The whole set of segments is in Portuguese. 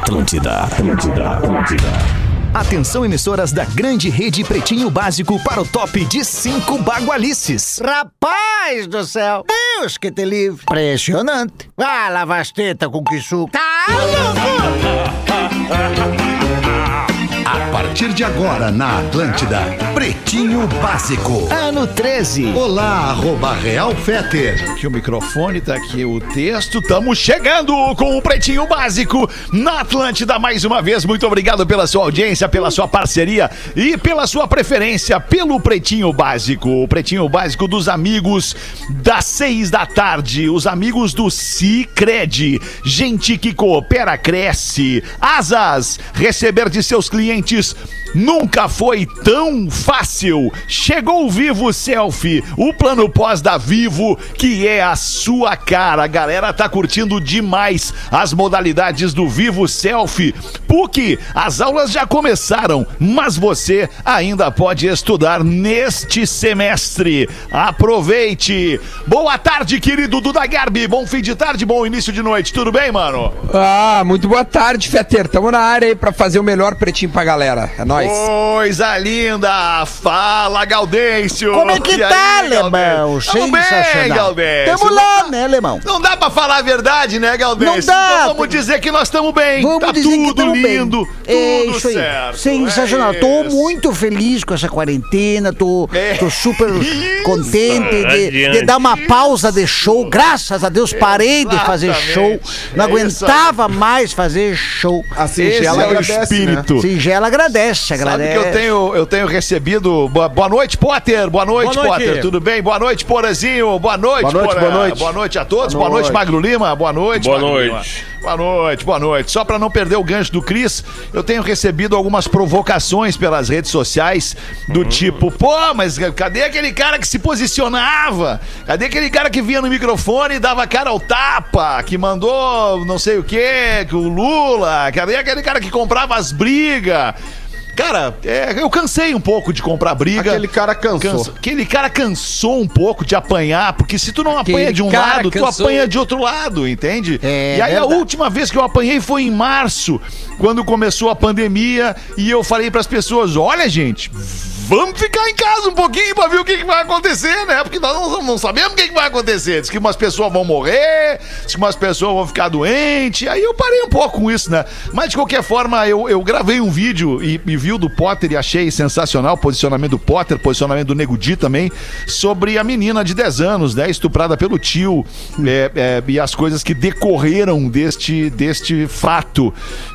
Atlântida. Atenção, emissoras da grande rede Pretinho Básico para o top de 5 bagualices. Rapaz do céu, Deus que te livre. Impressionante. Ah, lava as tetas com que suco. Tá louco! A partir de agora na Atlântida, Pretinho Básico. Ano 13. Olá, @Real Feter. Aqui o microfone, tá aqui o texto. Estamos chegando com o Pretinho Básico na Atlântida mais uma vez. Muito obrigado pela sua audiência, pela sua parceria e pela sua preferência pelo Pretinho Básico. O Pretinho Básico dos amigos das 6 da tarde. Os amigos do Sicredi. Gente que coopera, cresce. Asas. Receber de seus clientes nunca foi tão fácil. Chegou o Vivo Selfie, o plano pós da Vivo, que é a sua cara. A galera tá curtindo demais as modalidades do Vivo Selfie. PUC, as aulas já começaram, mas você ainda pode estudar neste semestre. Aproveite. Boa tarde, querido Duda Garbi. Bom fim de tarde, bom início de noite. Tudo bem, mano? Muito boa tarde, Feter. Tamo na área aí pra fazer o melhor pretinho pra galera. É nóis. Coisa linda! Fala, Gaudêncio! Como é que tá, alemão? Tamo bem, Gaudêncio. Tamo lá, né, alemão? Não dá pra falar a verdade, né, Gaudêncio? Não dá. Então vamos dizer que nós estamos bem. Vamos tá dizer tudo que tamo lindo, bem. tudo É isso aí. certo. Sensacional. É Tô isso. muito feliz com essa quarentena. Tô super contente de dar uma pausa de show. Graças a Deus parei de fazer show. Não aguentava mais fazer show. A Esse é o espírito. Singela agradece. Sabe que eu tenho recebido... Boa noite, Potter. Boa noite, Potter. Tudo bem? Boa noite, Porazinho. Boa noite, Porã. Boa noite. Boa noite a todos. Boa noite, Magro Lima. Boa noite, Magro Lima. Boa noite. Só pra não perder o gancho do Cris, eu tenho recebido algumas provocações pelas redes sociais do tipo, pô, mas cadê aquele cara que se posicionava? Cadê aquele cara que vinha no microfone e dava cara ao tapa, que mandou não sei o quê, que o Lula? Cadê aquele cara que comprava as brigas? Cara, eu cansei um pouco de comprar briga. Aquele cara cansou. Aquele cara cansou um pouco de apanhar, porque se tu não apanha de um lado, tu apanha de outro lado, entende? E aí verdade. a última vez que eu apanhei foi em março, quando começou a pandemia, e eu falei pras pessoas, olha, gente, vamos ficar em casa um pouquinho pra ver o que vai acontecer, né? Porque nós não sabemos o que vai acontecer. Diz que umas pessoas vão morrer, diz que umas pessoas vão ficar doentes. Aí eu parei um pouco com isso, né? Mas de qualquer forma, eu gravei um vídeo e vi o do Potter e achei sensacional o posicionamento do Potter, posicionamento do Nego Di também, sobre a menina de 10 anos, né? Estuprada pelo tio, e as coisas que decorreram deste fato.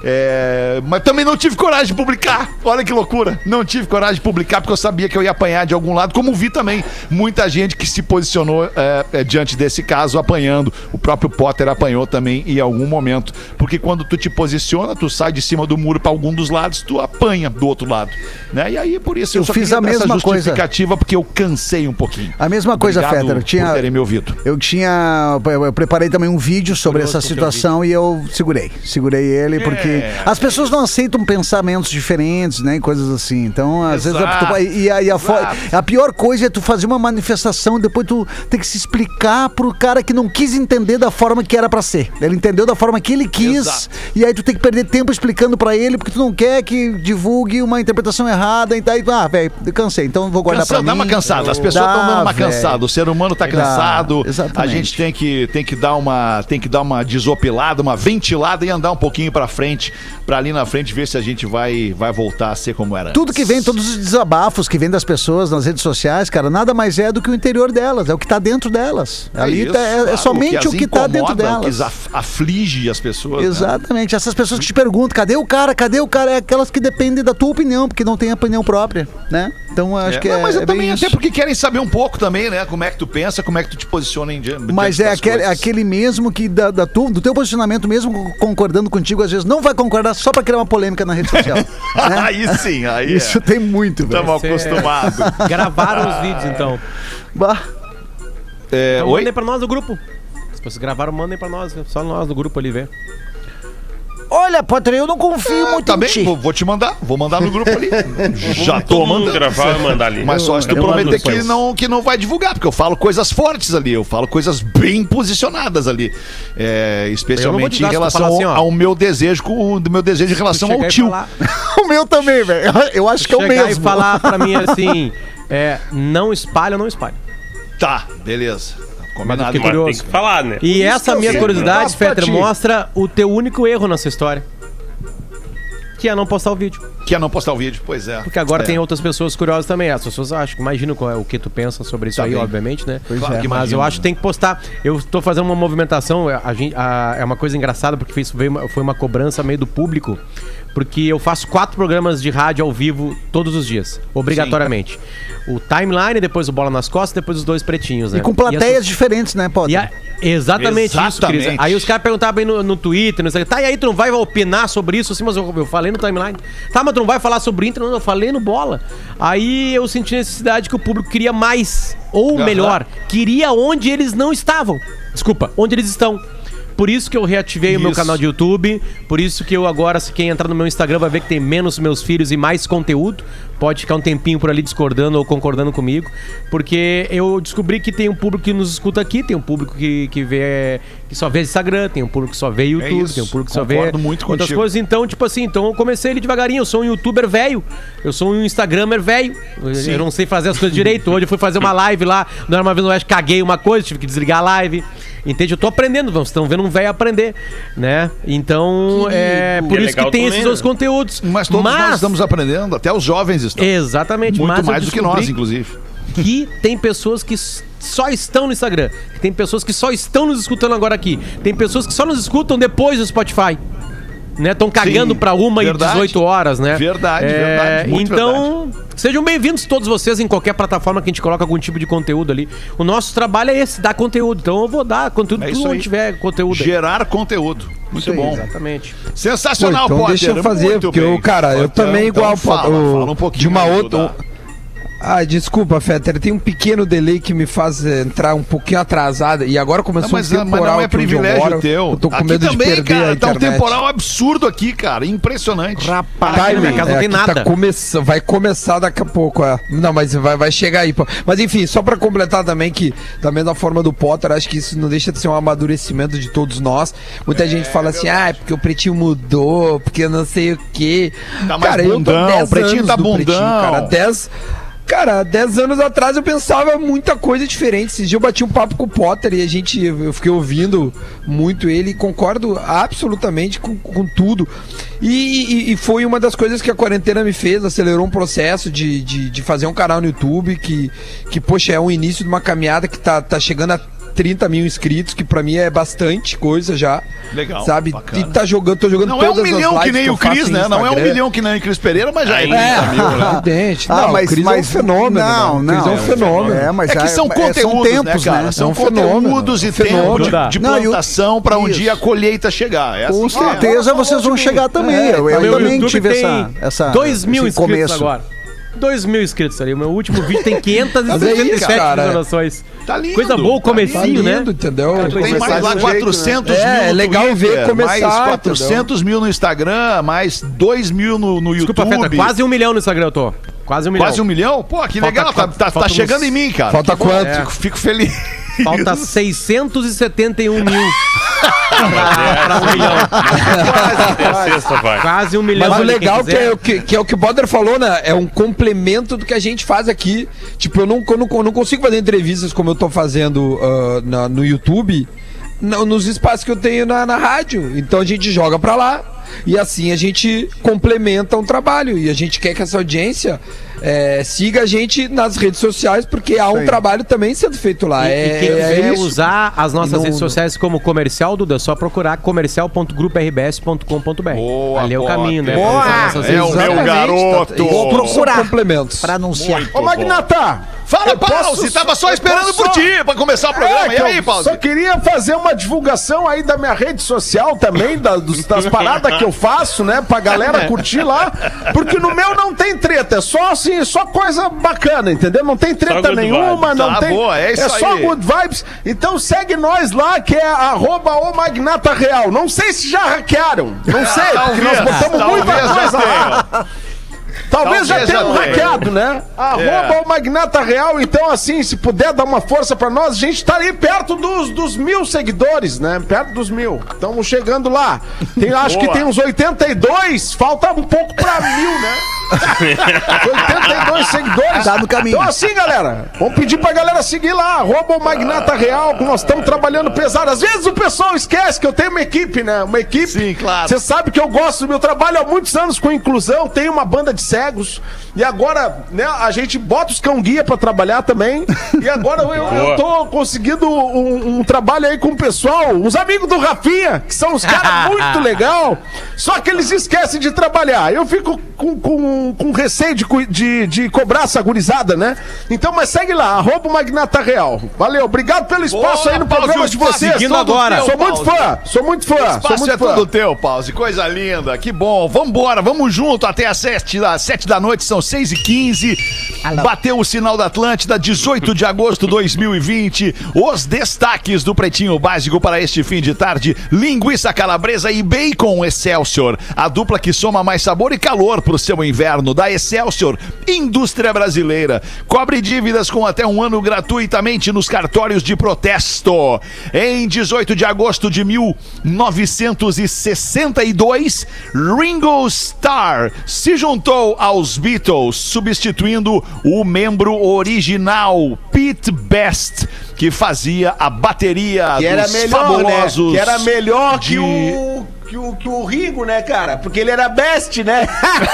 Mas também não tive coragem de publicar. Olha que loucura. Não tive coragem de publicar porque eu sabia que eu ia apanhar de algum lado, como vi também muita gente que se posicionou diante desse caso apanhando. O próprio Potter apanhou também em algum momento, porque quando tu te posiciona, tu sai de cima do muro para algum dos lados, tu apanha do outro lado, né? E aí por isso eu só fiz a mesma essa justificativa porque eu cansei um pouquinho. A mesma coisa, Fetter. Por terem me ouvido. Eu preparei também um vídeo sobre essa situação e eu segurei ele porque as pessoas não aceitam pensamentos diferentes, né, e coisas assim. Então, às vezes a pior coisa é tu fazer uma manifestação e depois tu ter que se explicar pro cara que não quis entender da forma que era pra ser. Ele entendeu da forma que ele quis. Exato. E aí tu tem que perder tempo explicando pra ele porque tu não quer que divulgue uma interpretação errada. Então, velho, eu cansei, então vou guardar pra mim. Dá uma cansada, as pessoas estão dando uma cansada, o ser humano tá cansado, a gente tem que dar uma desopilada, uma ventilada e andar um pouquinho pra frente, pra ali na frente ver se a gente vai voltar a ser como era. Tudo que vem, todos os desabafos que vem das pessoas nas redes sociais, cara, nada mais é do que o interior delas, é o que tá dentro delas. Ali isso, é somente o que tá dentro delas. O que aflige as pessoas. Exatamente, né? Essas pessoas que te perguntam, cadê o cara? É aquelas que dependem da tua opinião, porque não tem opinião própria, né? Então acho que mas eu também isso. Até porque querem saber um pouco também, né? Como é que tu pensa, como é que tu te posiciona em diante. Mas aquele mesmo que do teu posicionamento, mesmo concordando contigo, às vezes não vai concordar só pra criar uma polêmica na rede social. Né? Aí sim, aí isso tem muito, velho. Estamos acostumados. Gravaram os vídeos, então. Então mandem pra nós no grupo. Se vocês gravaram, mandem pra nós. Só nós no grupo ali ver. Olha, Potter, eu não confio muito Tá em bem, ti. vou te mandar. Vou mandar no grupo ali. Já tô Todo mundo mandando. gravar e mandar ali. Mas só se tu Eu mando prometer depois. que não vai divulgar, porque eu falo coisas fortes ali, eu falo coisas bem posicionadas ali. Especialmente em divulgar, se tu relação falar assim, ó. ao meu desejo do meu desejo em relação Chegar ao e tio. falar- O meu também, velho. Eu acho que é o chegar mesmo. e falar pra mim assim, não espalha, não espalha. Tá, beleza. Combinado. fiquei Mas curioso. tem que falar, né? E essa minha sempre curiosidade, faço pra Fetter, ti. mostra o teu único erro nessa história. Que é não postar o vídeo. Quer não postar o vídeo? Pois é. Porque agora É. tem outras pessoas curiosas também. As pessoas acham que imaginam qual é o que tu pensa sobre isso Tá aí, bem. obviamente, né? Claro que Mas imagino. eu acho que tem que postar. Eu tô fazendo uma movimentação, é uma coisa engraçada, porque foi uma cobrança meio do público. Porque eu faço 4 programas de rádio ao vivo todos os dias, obrigatoriamente. O Timeline, depois o Bola nas Costas, depois os 2 pretinhos, né? E com plateias diferentes, né, Potter? Exatamente isso, Cris. Exatamente. Aí os caras perguntavam aí no Twitter, no Instagram, tá, e aí tu não vai opinar sobre isso? Assim, mas eu falei no Timeline. Tá, mas tu não vai falar sobre Inter? Não, eu falei no Bola. Aí eu senti necessidade que o público queria mais, ou melhor, queria onde eles não estavam. Desculpa, onde eles estão. Por isso que eu reativei o meu canal de YouTube, por isso que eu agora, se quem entrar no meu Instagram vai ver que tem menos meus filhos e mais conteúdo. Pode ficar um tempinho por ali discordando ou concordando comigo, porque eu descobri que tem um público que nos escuta aqui, tem um público que só vê Instagram, tem um público que só vê YouTube, isso. tem um público que só vê Concordo muito outras contigo. coisas. Então, tipo assim, então eu comecei ele devagarinho. Eu sou um youtuber velho, eu sou um instagramer velho, eu não sei fazer as coisas direito. Hoje eu fui fazer uma live lá, não era uma vez no Oeste, caguei uma coisa, tive que desligar a live. Entende? Eu tô aprendendo, vocês estão vendo um velho aprender, né? Então, por É isso que legal tem também, esses né? outros conteúdos. Mas todos nós estamos aprendendo, até os jovens estão. Exatamente. Muito mas eu mais do que nós, descobri inclusive. que tem pessoas que só estão no Instagram, que tem pessoas que só estão nos escutando agora aqui, tem pessoas que só nos escutam depois do Spotify. Né? Estão cagando Sim, pra 1h18 horas, né? Verdade, verdade, muito então, sejam bem-vindos todos vocês em qualquer plataforma que a gente coloca algum tipo de conteúdo ali. O nosso trabalho é esse, dar conteúdo. Então eu vou dar conteúdo É tudo isso onde aí. tiver conteúdo aí. Gerar conteúdo. Muito bom. Exatamente. Sensacional, Então Potter. deixa eu fazer, Muito porque bem. eu, cara, eu Então, também igual fala um pouquinho de uma aí, outra. Duda. Desculpa, Fetter, tem um pequeno delay que me faz entrar um pouquinho atrasada. E agora começou Mas um temporal não é aqui onde eu privilégio moro. teu. Eu tô com Aqui medo também, de perder cara, a tá um internet. temporal absurdo aqui, cara. Impressionante. Rapaz. Aqui na minha casa não tem aqui nada. Vai começar daqui a pouco, Não, mas vai chegar aí, pô. Mas enfim, só pra completar também que, da mesma forma do Potter, acho que isso não deixa de ser um amadurecimento de todos nós. Muita gente fala assim, é porque o Pretinho mudou, porque eu não sei o quê. Tá mais cara, eu tô bundão, 10 o Pretinho anos tá do bundão. cara, 10 anos atrás eu pensava muita coisa diferente. Esses dias eu bati um papo com o Potter e eu fiquei ouvindo muito ele e concordo absolutamente com tudo. E foi uma das coisas que a quarentena me fez, acelerou um processo de fazer um canal no YouTube que poxa, é um início de uma caminhada que tá chegando a 30 mil inscritos, que pra mim é bastante coisa já. Legal, sabe? bacana. E tô jogando Não é todas 1 as milhão que lives nem eu o Cris, faço né? no Não é 1 Instagram. milhão que nem o Cris Pereira, mas já é 30 É. mil, né? Evidente. Não, o Cris é um fenômeno. Não, né? O Cris é um fenômeno. mas É que são conteúdos, são tempos, né, cara? né? São É um fenômeno. conteúdos e Fenômeno. tempo de Não, e o- plantação pra um isso. dia a colheita chegar. É Com assim que é. certeza vocês vão chegar também. Eu Meu também YouTube tive tem essa 2 mil esse inscritos começo. agora. 2 mil inscritos ali. O meu último vídeo tem Mas é isso, 567 cara. visualizações. Tá lindo. Coisa boa, o tá comecinho, Tá né? lindo, entendeu? Cara, Tem começar mais lá desse 400 jeito, né? mil É, no legal ver Twitter, começar, mais 400 mil no Instagram, mais 2 mil no Desculpa, YouTube. Fetter, quase 1 milhão no Instagram eu tô. Quase 1 milhão. Quase 1 milhão? Pô, que Falta legal. Tá falta chegando uns- em mim, cara. Falta Que bom. quanto? Fico feliz. Falta 671 mil. pra 1 milhão. Até a sexta vai. Quase 1 milhão. Mas o ali, legal quem quiser. que é o que o Boder falou, né? É um complemento do que a gente faz aqui. Tipo, eu não consigo fazer entrevistas como eu tô fazendo no YouTube, nos espaços que eu tenho na rádio. Então a gente joga pra lá. E assim a gente complementa um trabalho. E a gente quer que essa audiência siga a gente nas redes sociais, porque há um trabalho também sendo feito lá. E quem quiser isso. usar as nossas Não- redes sociais como comercial, Duda, é só procurar comercial.gruprbs.com.br. Boa, Ali é o Potter. caminho, né? Boa! Pra usar nossas É o redes meu sociais. garoto. Vou procurar. complementos. Pra anunciar. Muito Ô, Magnata, Fala, Pause, tava só esperando por ti pra começar o programa. E aí, Pause? Só queria fazer uma divulgação aí da minha rede social também, das paradas que eu faço, né? Pra galera curtir lá. Porque no meu não tem treta, é só assim, só coisa bacana, entendeu? Não tem treta nenhuma, não tem. Boa, é isso só aí. good vibes. Então segue nós lá, que é @OMagnataReal. Não sei se já hackearam. Não sei, porque nós botamos muita coisa lá. Talvez já tenha hackeado, né? @OMagnataReal. Então, assim, se puder dar uma força pra nós, a gente tá aí perto dos 1000 seguidores, né? Perto dos 1000. Estamos chegando lá. Acho que tem uns 82, falta um pouco pra 1000, né? 82 seguidores. Tá no caminho. Então, assim, galera, vamos pedir pra galera seguir lá, @OMagnataReal, que nós estamos trabalhando pesado. Às vezes o pessoal esquece que eu tenho uma equipe, né? Uma equipe. Sim, claro. Você sabe que eu gosto do meu trabalho há muitos anos com inclusão, tenho uma banda de cegos, e agora, né, a gente bota os cão-guia pra trabalhar também, e agora eu tô conseguindo um trabalho aí com o pessoal, os amigos do Rafinha, que são os caras muito legal, só que eles esquecem de trabalhar. Eu fico com receio de cobrar essa gurizada, né? Então, mas segue lá, @OMagnataReal. Valeu, obrigado pelo espaço aí no programa de vocês. Seguindo agora. Sou muito fã, sou muito fã. O espaço é todo teu, Pause. Coisa linda, que bom. Vambora, vamos junto até às 7 da noite, são 6h15. Bateu o sinal da Atlântida, 18 de agosto de 2020. Os destaques do Pretinho Básico para este fim de tarde: linguiça calabresa e bacon Excelsior. A dupla que soma mais sabor e calor pro seu inverno. Da Excelsior, indústria brasileira. Cobre dívidas com até 1 ano gratuitamente nos cartórios de protesto. Em 18 de agosto de 1962, Ringo Starr se juntou aos Beatles, substituindo o membro original, Pete Best, que fazia a bateria Que era dos melhor, fabulosos... né? Que era melhor de- que o Ringo, né, cara? Porque ele era best, né?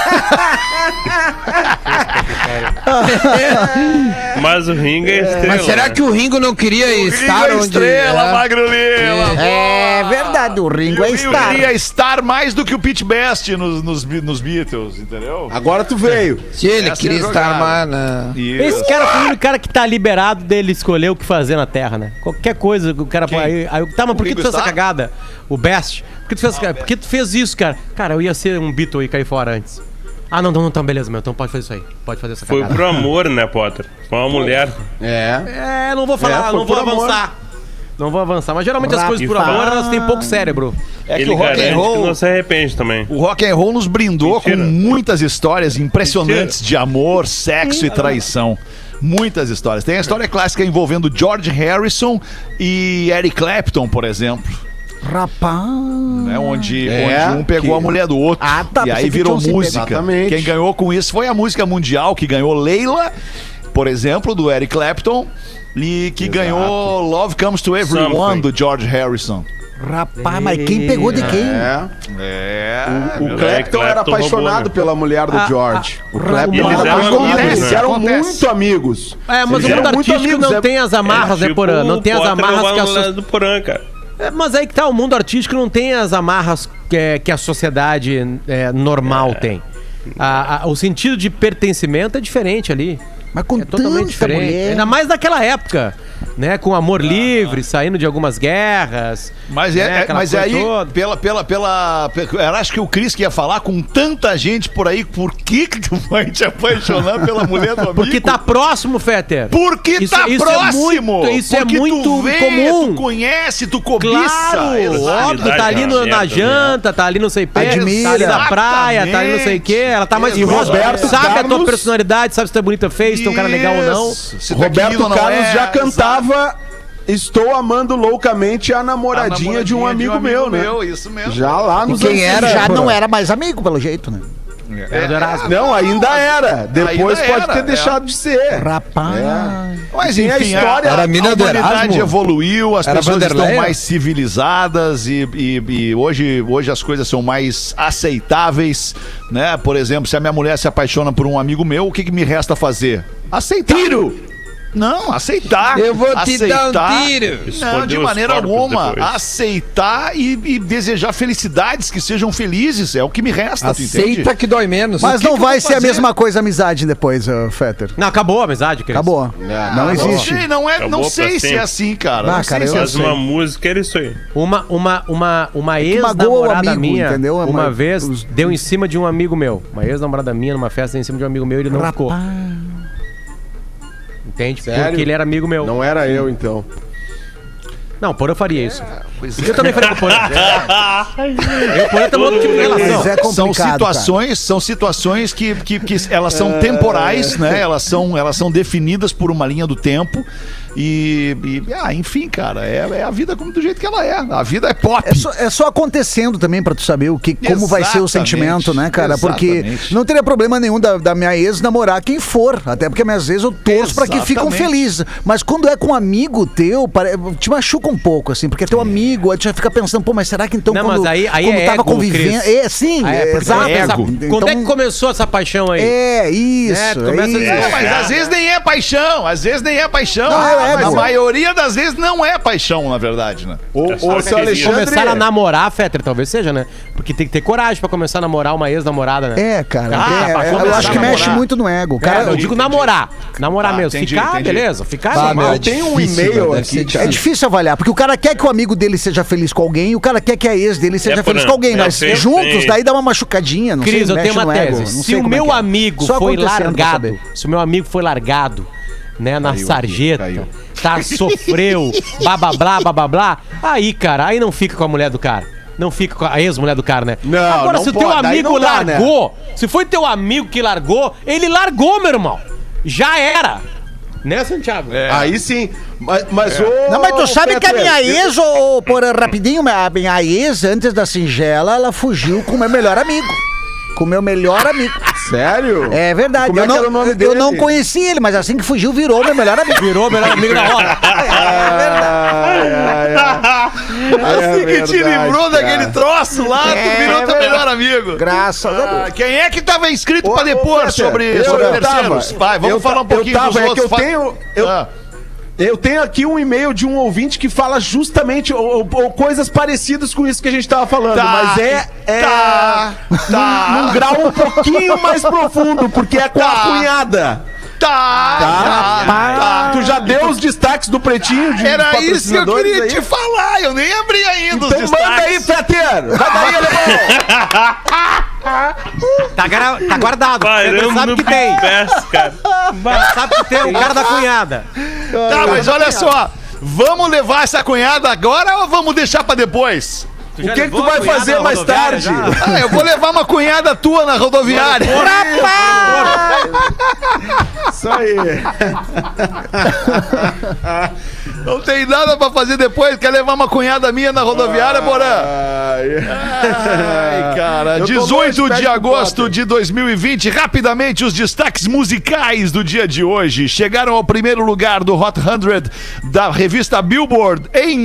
Mas o Ringo é estrela. Mas será né? que o Ringo não queria estar Ringo é onde... estrela, Magro Lima. É verdade, o Ringo é Eu Star. queria estar mais do que o Pete Best nos Beatles, entendeu? Agora tu veio. Se ele Essa queria é estar jogada. mais na... Esse cara foi o único cara que tá liberado dele escolher o que fazer na Terra, né? Qualquer coisa, o cara... Tá, mas por que tu fez essa cagada? O Best? Por que tu fez isso, cara? Cara, eu ia ser um Beatle e cair fora antes. Ah, não, beleza, meu. Então pode fazer isso aí. Pode fazer essa Foi cagada. pro amor, né, Potter? Foi uma mulher. Não vou falar, foi não vou por amor. avançar. Não vou avançar. Mas geralmente as coisas E por fala- amor, elas têm pouco cérebro. É que Ele o rock garante and que roll... não se arrepende também. O rock and roll nos brindou Mentira. com muitas histórias impressionantes de amor, sexo e traição. Muitas histórias. Tem a história clássica envolvendo George Harrison e Eric Clapton, por exemplo. Rapaz. Né, onde É, um pegou que- a mulher do outro. Ah, tá, e pensei aí que virou tinham se música. pego. Exatamente. Quem ganhou com isso foi a música mundial, que ganhou Leila, por exemplo, do Eric Clapton, e que ganhou Love Comes to Everyone, Something. do George Harrison. Rapaz, mas quem pegou de quem? O Clapton era Clapton apaixonado roubou, né? pela mulher do George. O Clapton Eles era eram apaixonado. amigos, Eles né? eram Acontece. muito amigos. É, mas Eles o mundo eram muito artístico amigos, não tem as amarras, né, Porã? Não tem as Potter amarras que a roubava sociedade... do Porã, cara. Mas aí que tá, o mundo artístico não tem as amarras que a sociedade normal tem. O sentido de pertencimento é diferente ali. Mas com É totalmente tanta diferente. mulher. Ainda mais naquela época, né? Com amor livre, saindo de algumas guerras. Mas né, aquela mas coisa aí, toda. eu acho que o Cris que ia falar com tanta gente por aí, por que tu vai te apaixonar pela mulher do amigo? Porque tá próximo, Fetter. Porque Isso- tá isso é próximo! muito- isso é Porque muito tu vê, comum. tu conhece, tu cobiça. Claro, Exato. óbvio, tá ali na Exato. janta, tá ali não sei pé, Admira. tá ali na praia, tá ali não sei o quê, ela tá mais E Roberto sabe a tua Carlos- personalidade, sabe se tu é bonita ou feia, se tu é um cara legal ou não. Se tu Roberto aquilo não Carlos é, já cantava Estou amando loucamente a namoradinha de um amigo meu, né? Isso mesmo. Já lá nos quem anos era? 70. Já não era mais amigo, pelo jeito, né? Era do Erasmo. Não, ainda era. Depois Ainda pode era, ter é. deixado de ser. Rapaz. Mas Tem a enfim, história- Era a mina do humanidade Erasmo? evoluiu, as Era pessoas estão Vanderleia? mais civilizadas e hoje as coisas são mais aceitáveis, né? Por exemplo, se a minha mulher se apaixona por um amigo meu, o que me resta fazer? Aceitar. Tiro! Não, aceitar. Eu vou te dar um tiro. Não, Esconder de os maneira corpos alguma. depois. Aceitar e desejar felicidades, que sejam felizes. É o que me resta, tu entende? Aceita que dói menos. Mas que não que eu vai vou ser a fazer? mesma coisa a amizade depois, Fetter. Não, acabou a amizade, Cris. Acabou. Não Não existe. sei, não Acabou pra sei se é sempre. assim, cara. Ah, Não cara, sei se é Faz assim. uma música, era isso aí. Uma magoa o ex-namorada amigo, minha, entendeu? uma vez, deu em cima de um amigo meu. Uma ex-namorada minha, numa festa, deu em cima de um amigo meu e ele não ficou. Entende? Sério? Porque ele era amigo meu. Não era eu, então. Não, o Porã faria isso. Pois Eu também faria com o Porã. Eu e o Porã temos outro tipo de relação. Mas é complicado, são situações que elas são temporais, né? Elas são definidas por uma linha do tempo enfim, cara, é a vida como do jeito que ela é. A vida é pop. É só acontecendo também pra tu saber como vai ser o Exatamente, sentimento, né, cara? Porque exatamente. não teria problema nenhum da minha ex namorar quem for. Até porque minhas vezes eu torço pra que ficam Exatamente. felizes. Mas quando é com um amigo teu, te machuca um pouco, assim, porque é teu amigo, aí tu já fica pensando, pô, mas será que então Não, quando, mas aí quando é tava ego, convivendo. Cris. Sim, Porque exato. vai pensar, Então, quando é que começou essa paixão aí? É, isso. É, tu começa a dizer, isso. Mas às vezes nem é paixão, Não, é mas ego. a maioria das vezes não é paixão, na verdade, né? Ô, só seu queria. Alexandre... Começar a namorar, Fetter, talvez seja, né? Porque tem que ter coragem pra começar a namorar uma ex-namorada, né? É, cara. pra eu começar acho que a mexe namorar. muito no ego. Cara, Cara, eu digo namorar. Namorar Ah, mesmo. entendi, Ficar, entendi. beleza. Ficar, Bah, é meu, normal. Eu tenho um difícil, e-mail deve aqui, ser cara. é difícil avaliar, porque o cara quer que o amigo dele seja feliz com alguém e o cara quer que a ex dele seja feliz com alguém, mas sempre juntos, tem. daí dá uma machucadinha, não sei, Cris, eu mexe tenho uma no ego, tese. não Se sei o como é meu que é. amigo Só foi acontecendo pra largado, saber. se o meu amigo foi largado, né, na sarjeta, caiu. tá, sofreu, blá, aí, cara, aí não fica com a mulher do cara. Não fica com a ex-mulher do cara, né? Não, Agora, não se o teu pode, daí amigo não dá, né? largou, se foi teu amigo que largou, ele largou, meu irmão. Já era. Né, Santiago? Aí sim. Mas ô... Não, mas tu sabe que a Fetter, minha ex, por rapidinho, a minha ex, antes da singela, ela fugiu com o meu melhor amigo. Com o meu melhor amigo. Sério? É verdade. Como é que era o nome eu dele? não conheci ele, mas assim que fugiu, virou meu melhor amigo. Virou melhor amigo na hora. Assim que te livrou daquele troço lá, É tu virou teu verdade. melhor amigo. Graças a Deus. Quem é que tava inscrito pra Ô, depor Fetter, sobre eu terceiros? tava. Vai, vamos Eu falar um ta- eu pouquinho tava, dos é que outros. eu tenho- Eu tenho aqui um e-mail de um ouvinte que fala justamente ou coisas parecidas com isso que a gente tava falando, Tá, mas tá. num grau um pouquinho mais profundo, porque é com a cunhada. Tá. Tu já deu os destaques do Pretinho de Era isso que eu patrocinadores queria aí? te falar, eu nem abri ainda Então os manda aí, destaques. Fetter! Vai daí, alemão! Tá guardado. Você Paramos sabe no que tem. PES, cara. Sabe que tem o cara da cunhada. Tá, mas olha só, vamos levar essa cunhada agora ou vamos deixar pra depois? O que tu vai fazer mais tarde? Ah, eu vou levar uma cunhada tua na rodoviária. Isso aí. Não tem nada pra fazer depois, quer levar uma cunhada minha na rodoviária, Porã? Ai, cara, Eu tô 18 longe, de pede agosto pro de 2020, rapidamente os destaques musicais do dia de hoje. Chegaram ao primeiro lugar do Hot 100 da revista Billboard em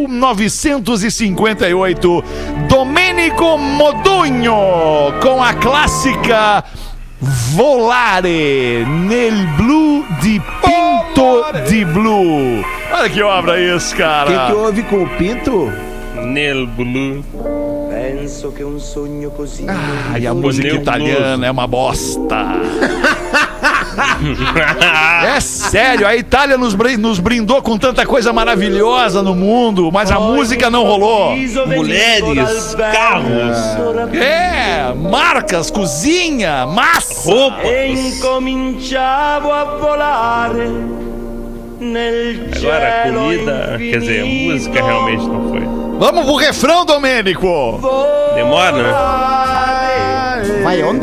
1958. Domenico Modugno com a clássica Volare nel blu di Pinto di Blu. Olha que obra isso, cara. que houve com o Pinto? Nel Blue. Penso che un sogno così. Ai, a música Nebuloso. italiana é uma bosta. É sério, a Itália nos brindou com tanta coisa maravilhosa no mundo, mas a música não rolou. Mulheres, carros, É, marcas, cozinha, massa. roupas. E incominciavo a volare nel Agora, a cielo comida, quer dizer, a música realmente não foi. Vamos pro refrão, Domênico. Demora, né? Vai onde?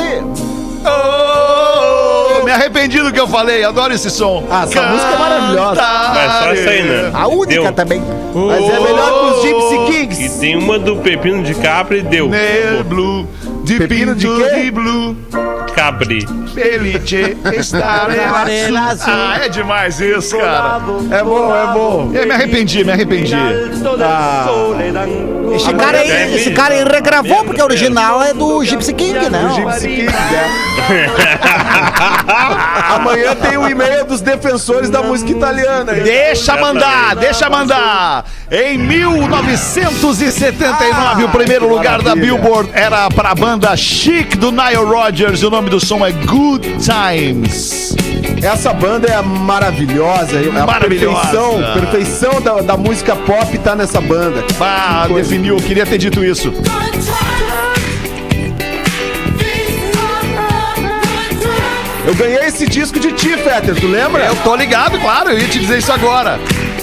Oh, me arrependi do que eu falei, adoro esse som. Essa música é maravilhosa. Mas só essa aí, né? A única Deu. também. Mas é melhor que os Gypsy Kings. E tem uma do Pepino de Capri e deu. Nel blu, de Pepino de pinto quê? de blue. Capri. Felice estare lassù. Ah, é demais isso, cara. É bom, é bom. Eu me arrependi. alto del sole d'Ancona. Esse cara aí regravou, porque o original é do Gypsy King, né? O Gypsy King, né? Amanhã tem o e-mail dos defensores da música italiana. Hein? Deixa mandar. Em 1979, o primeiro lugar da Billboard era pra banda Chic do Nile Rodgers. O nome do som é Good Times. Essa banda é maravilhosa. A perfeição da música pop tá nessa banda. Definiu, queria ter dito isso. Eu ganhei esse disco de ti, Fetter, tu lembra? Eu tô ligado, claro, eu ia te dizer isso agora.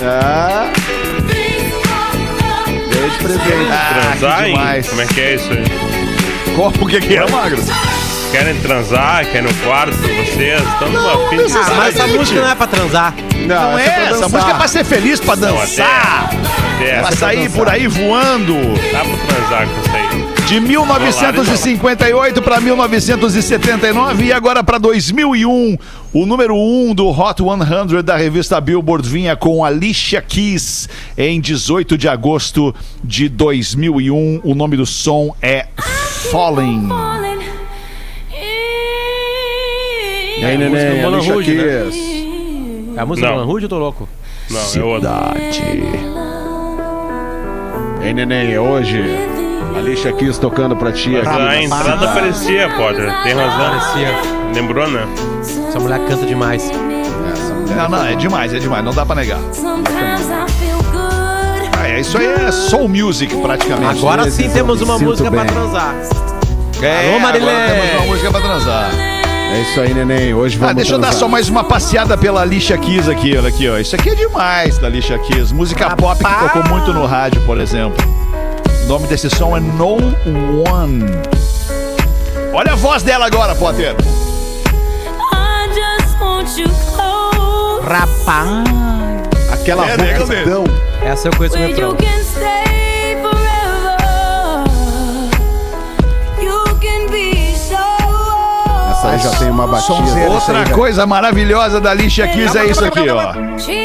Ganhei de presente. Transar, hein? demais. Como é que é isso aí? O que é, Magro? Querem transar, querem no quarto, vocês estão numa fim de Mas essa música não é pra transar. Não é, pra essa dançar. música é pra ser feliz, pra dançar, pra sair por aí voando. Dá pra transar com isso aí. De 1958 para 1979 e agora para 2001, o número 1 do Hot 100 da revista Billboard vinha com Alicia Keys em 18 de agosto de 2001. O nome do som é Falling. E aí, neném, Moulin Alicia Rouge, né? Keys. É a música do Não. Moulin Rouge, eu tô louco. Não, é outra. Ei, neném, é hoje. Alicia Keys tocando pra ti Mas aqui. a entrada parecia, Potter. Tem razão. Parecia. Lembrou, né? Essa mulher canta demais. Não, é demais, não dá pra negar. Isso aí é soul music praticamente. Agora sim temos uma sinto música pra bem. transar. Alô, Marilene. Agora temos uma música pra transar. É isso aí, neném. Hoje vamos Deixa eu dar transar. só mais uma passeada pela Alicia Keys aqui, olha aqui, ó. Isso aqui é demais da Alicia Keys. Música pop que tocou muito no rádio, por exemplo. O nome desse som é No One. Olha a voz dela agora, Potter. Rapaz. Aquela né, vocão. Essa eu conheço o refrão. Essa aí já tem uma batida. Outra coisa maravilhosa da Alicia Keys é isso aqui, ó.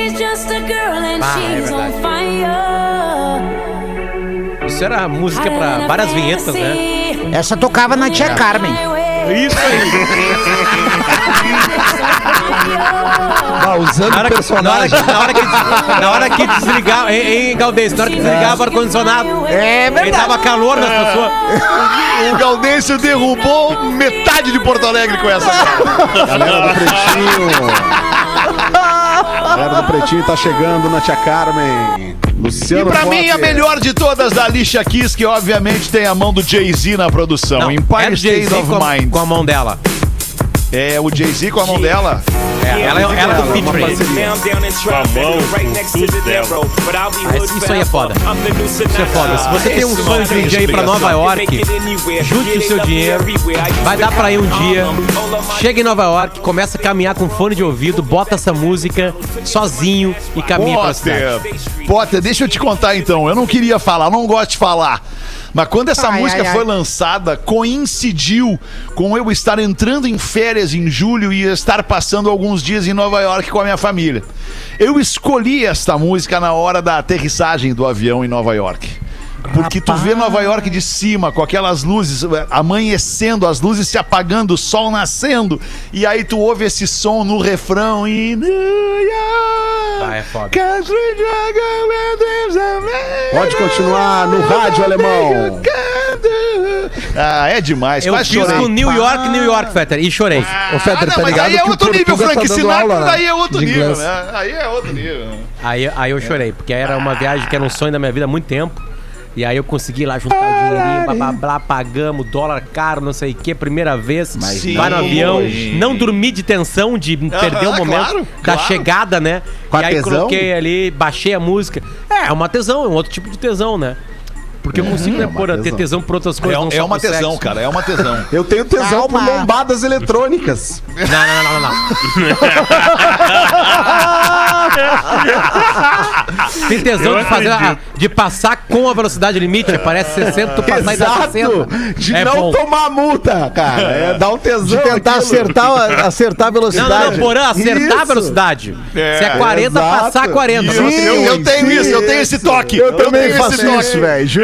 Isso era música pra várias vinhetas, né? Essa tocava na Tia Carmen. Isso aí. Usando o personagem. Na hora que desligava, hein, Galdêncio? Na hora que desligava o ar-condicionado. É Ele dava calor nas pessoas. O Gaudêncio derrubou metade de Porto Alegre com essa. Galera do Pretinho. Galera do Pretinho tá chegando na Tia Carmen. Luciano E pra mim, a Potter. melhor de todas da Alicia Keys, que obviamente tem a mão do Jay-Z na produção. Não, Empire é State Jay-Z of Mind. com a mão dela. É o Jay-Z com a mão dela. Ela do featuring. Com a mão, com tudo dela. Isso aí é foda. Isso é foda. Se você tem um sonho de um dia ir pra Nova York, junte o seu dinheiro, vai dar pra ir um dia, chega em Nova York, começa a caminhar com fone de ouvido, bota essa música sozinho e caminha pra cidade. Potter, deixa eu te contar então. Eu não queria falar, não gosto de falar. Mas quando essa música foi lançada, coincidiu com eu estar entrando em férias em julho e estar passando alguns dias em Nova York com a minha família. Eu escolhi esta música na hora da aterrissagem do avião em Nova York. Porque tu vê Nova York de cima, com aquelas luzes amanhecendo, as luzes se apagando, o sol nascendo, e aí tu ouve esse som no refrão e... É foda. Pode continuar no rádio, alemão. É demais, Eu quase fiz chorei. com New York, Fetter, e chorei. Ô, Fetter, não, tá mas ligado aí é que o outro nível, Portuga Frank tá dando Sinatra, aula, né? daí é outro De nível, inglês. né? Aí é outro nível. Aí eu chorei, porque era uma viagem que era um sonho da minha vida há muito tempo. E aí eu consegui lá juntar o dinheirinho, blá, blá, blá, pagamos, dólar caro, não sei o que, primeira vez, vai no avião, não dormi de tensão, de perder o momento da chegada, né? Com a e aí tesão? coloquei ali, baixei a música. É uma tesão, é um outro tipo de tesão, né? Porque eu consigo ter tesão por outras coisas, não só É uma por sexo. tesão, cara, é uma tesão. Eu tenho tesão por lombadas eletrônicas. Não. Tem tesão de fazer de passar com a velocidade limite, parece 60, tu passar e dar 60. De É não bom. tomar multa, cara. É dar um tesão. De tentar acertar a velocidade. Não, Porã, acertar a Isso. velocidade. Se é 40, exato. passar 40. Eu tenho isso, eu tenho esse toque. Eu também tenho faço esse toque. isso, velho. Juro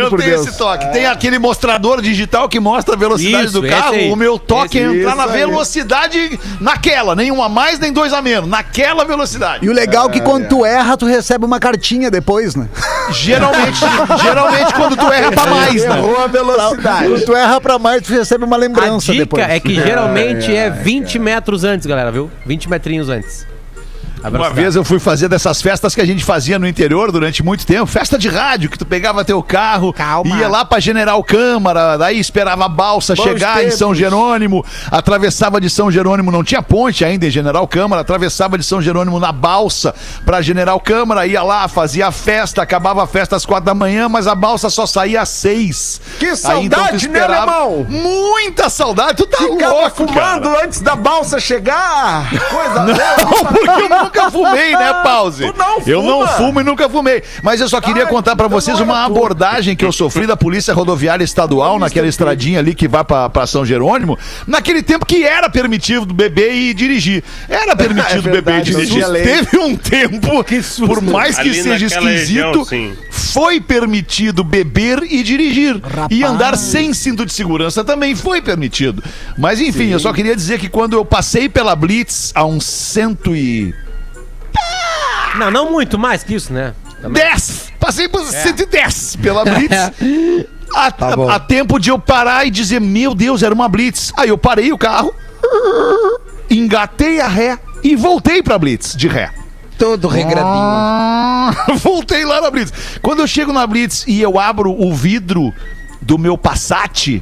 Eu por tenho Deus. esse toque. Tem aquele mostrador digital que mostra a velocidade Isso, do esse carro. aí. O meu toque é Esse- entrar na isso aí. velocidade naquela. Nem 1 a mais, nem 2 a menos. Naquela velocidade. E o legal é que quando tu erra, tu recebe uma cartinha depois, né? Geralmente quando tu erra pra mais, né? Errou a velocidade. Quando tu erra pra mais, tu recebe uma A lembrança dica depois. é que geralmente é 20 metros antes, galera, viu? 20 metrinhos antes. A Uma velocidade. vez eu fui fazer dessas festas que a gente fazia no interior durante muito tempo, festa de rádio, que tu pegava teu carro, ia lá pra General Câmara, daí esperava a balsa chegar em São Jerônimo, atravessava de São Jerônimo, não tinha ponte ainda em General Câmara, atravessava de São Jerônimo na balsa pra General Câmara, ia lá, fazia a festa, acabava a festa às 4 da manhã, mas a balsa só saía às 6. Que saudade, né, alemão? Muita saudade, tu tá Ficava louco, fumando cara. antes da balsa chegar. Coisa Não, porque eu nunca fumei, né, Pause? Tu não Eu não fuma? fumo e nunca fumei. Mas eu só queria Ai, contar pra então vocês não uma era tu. abordagem que eu sofri da Polícia Rodoviária Estadual, naquela estradinha ali que vai pra São Jerônimo, naquele tempo que era permitido beber e dirigir. Era permitido beber e verdade, não dirigir. tinha lei. Teve um tempo, por mais que Ali seja naquela esquisito, região, sim. foi permitido beber e dirigir. E andar sem cinto de segurança também foi permitido. Mas enfim, eu só queria dizer que quando eu passei pela Blitz há uns 110, Não muito mais que isso, né? passei por 110 pela Blitz. bom. A tempo de eu parar e dizer, meu Deus, era uma Blitz. Aí eu parei o carro, engatei a ré e voltei pra Blitz de ré. Todo regradinho. Voltei lá na Blitz. Quando eu chego na Blitz e eu abro o vidro do meu Passat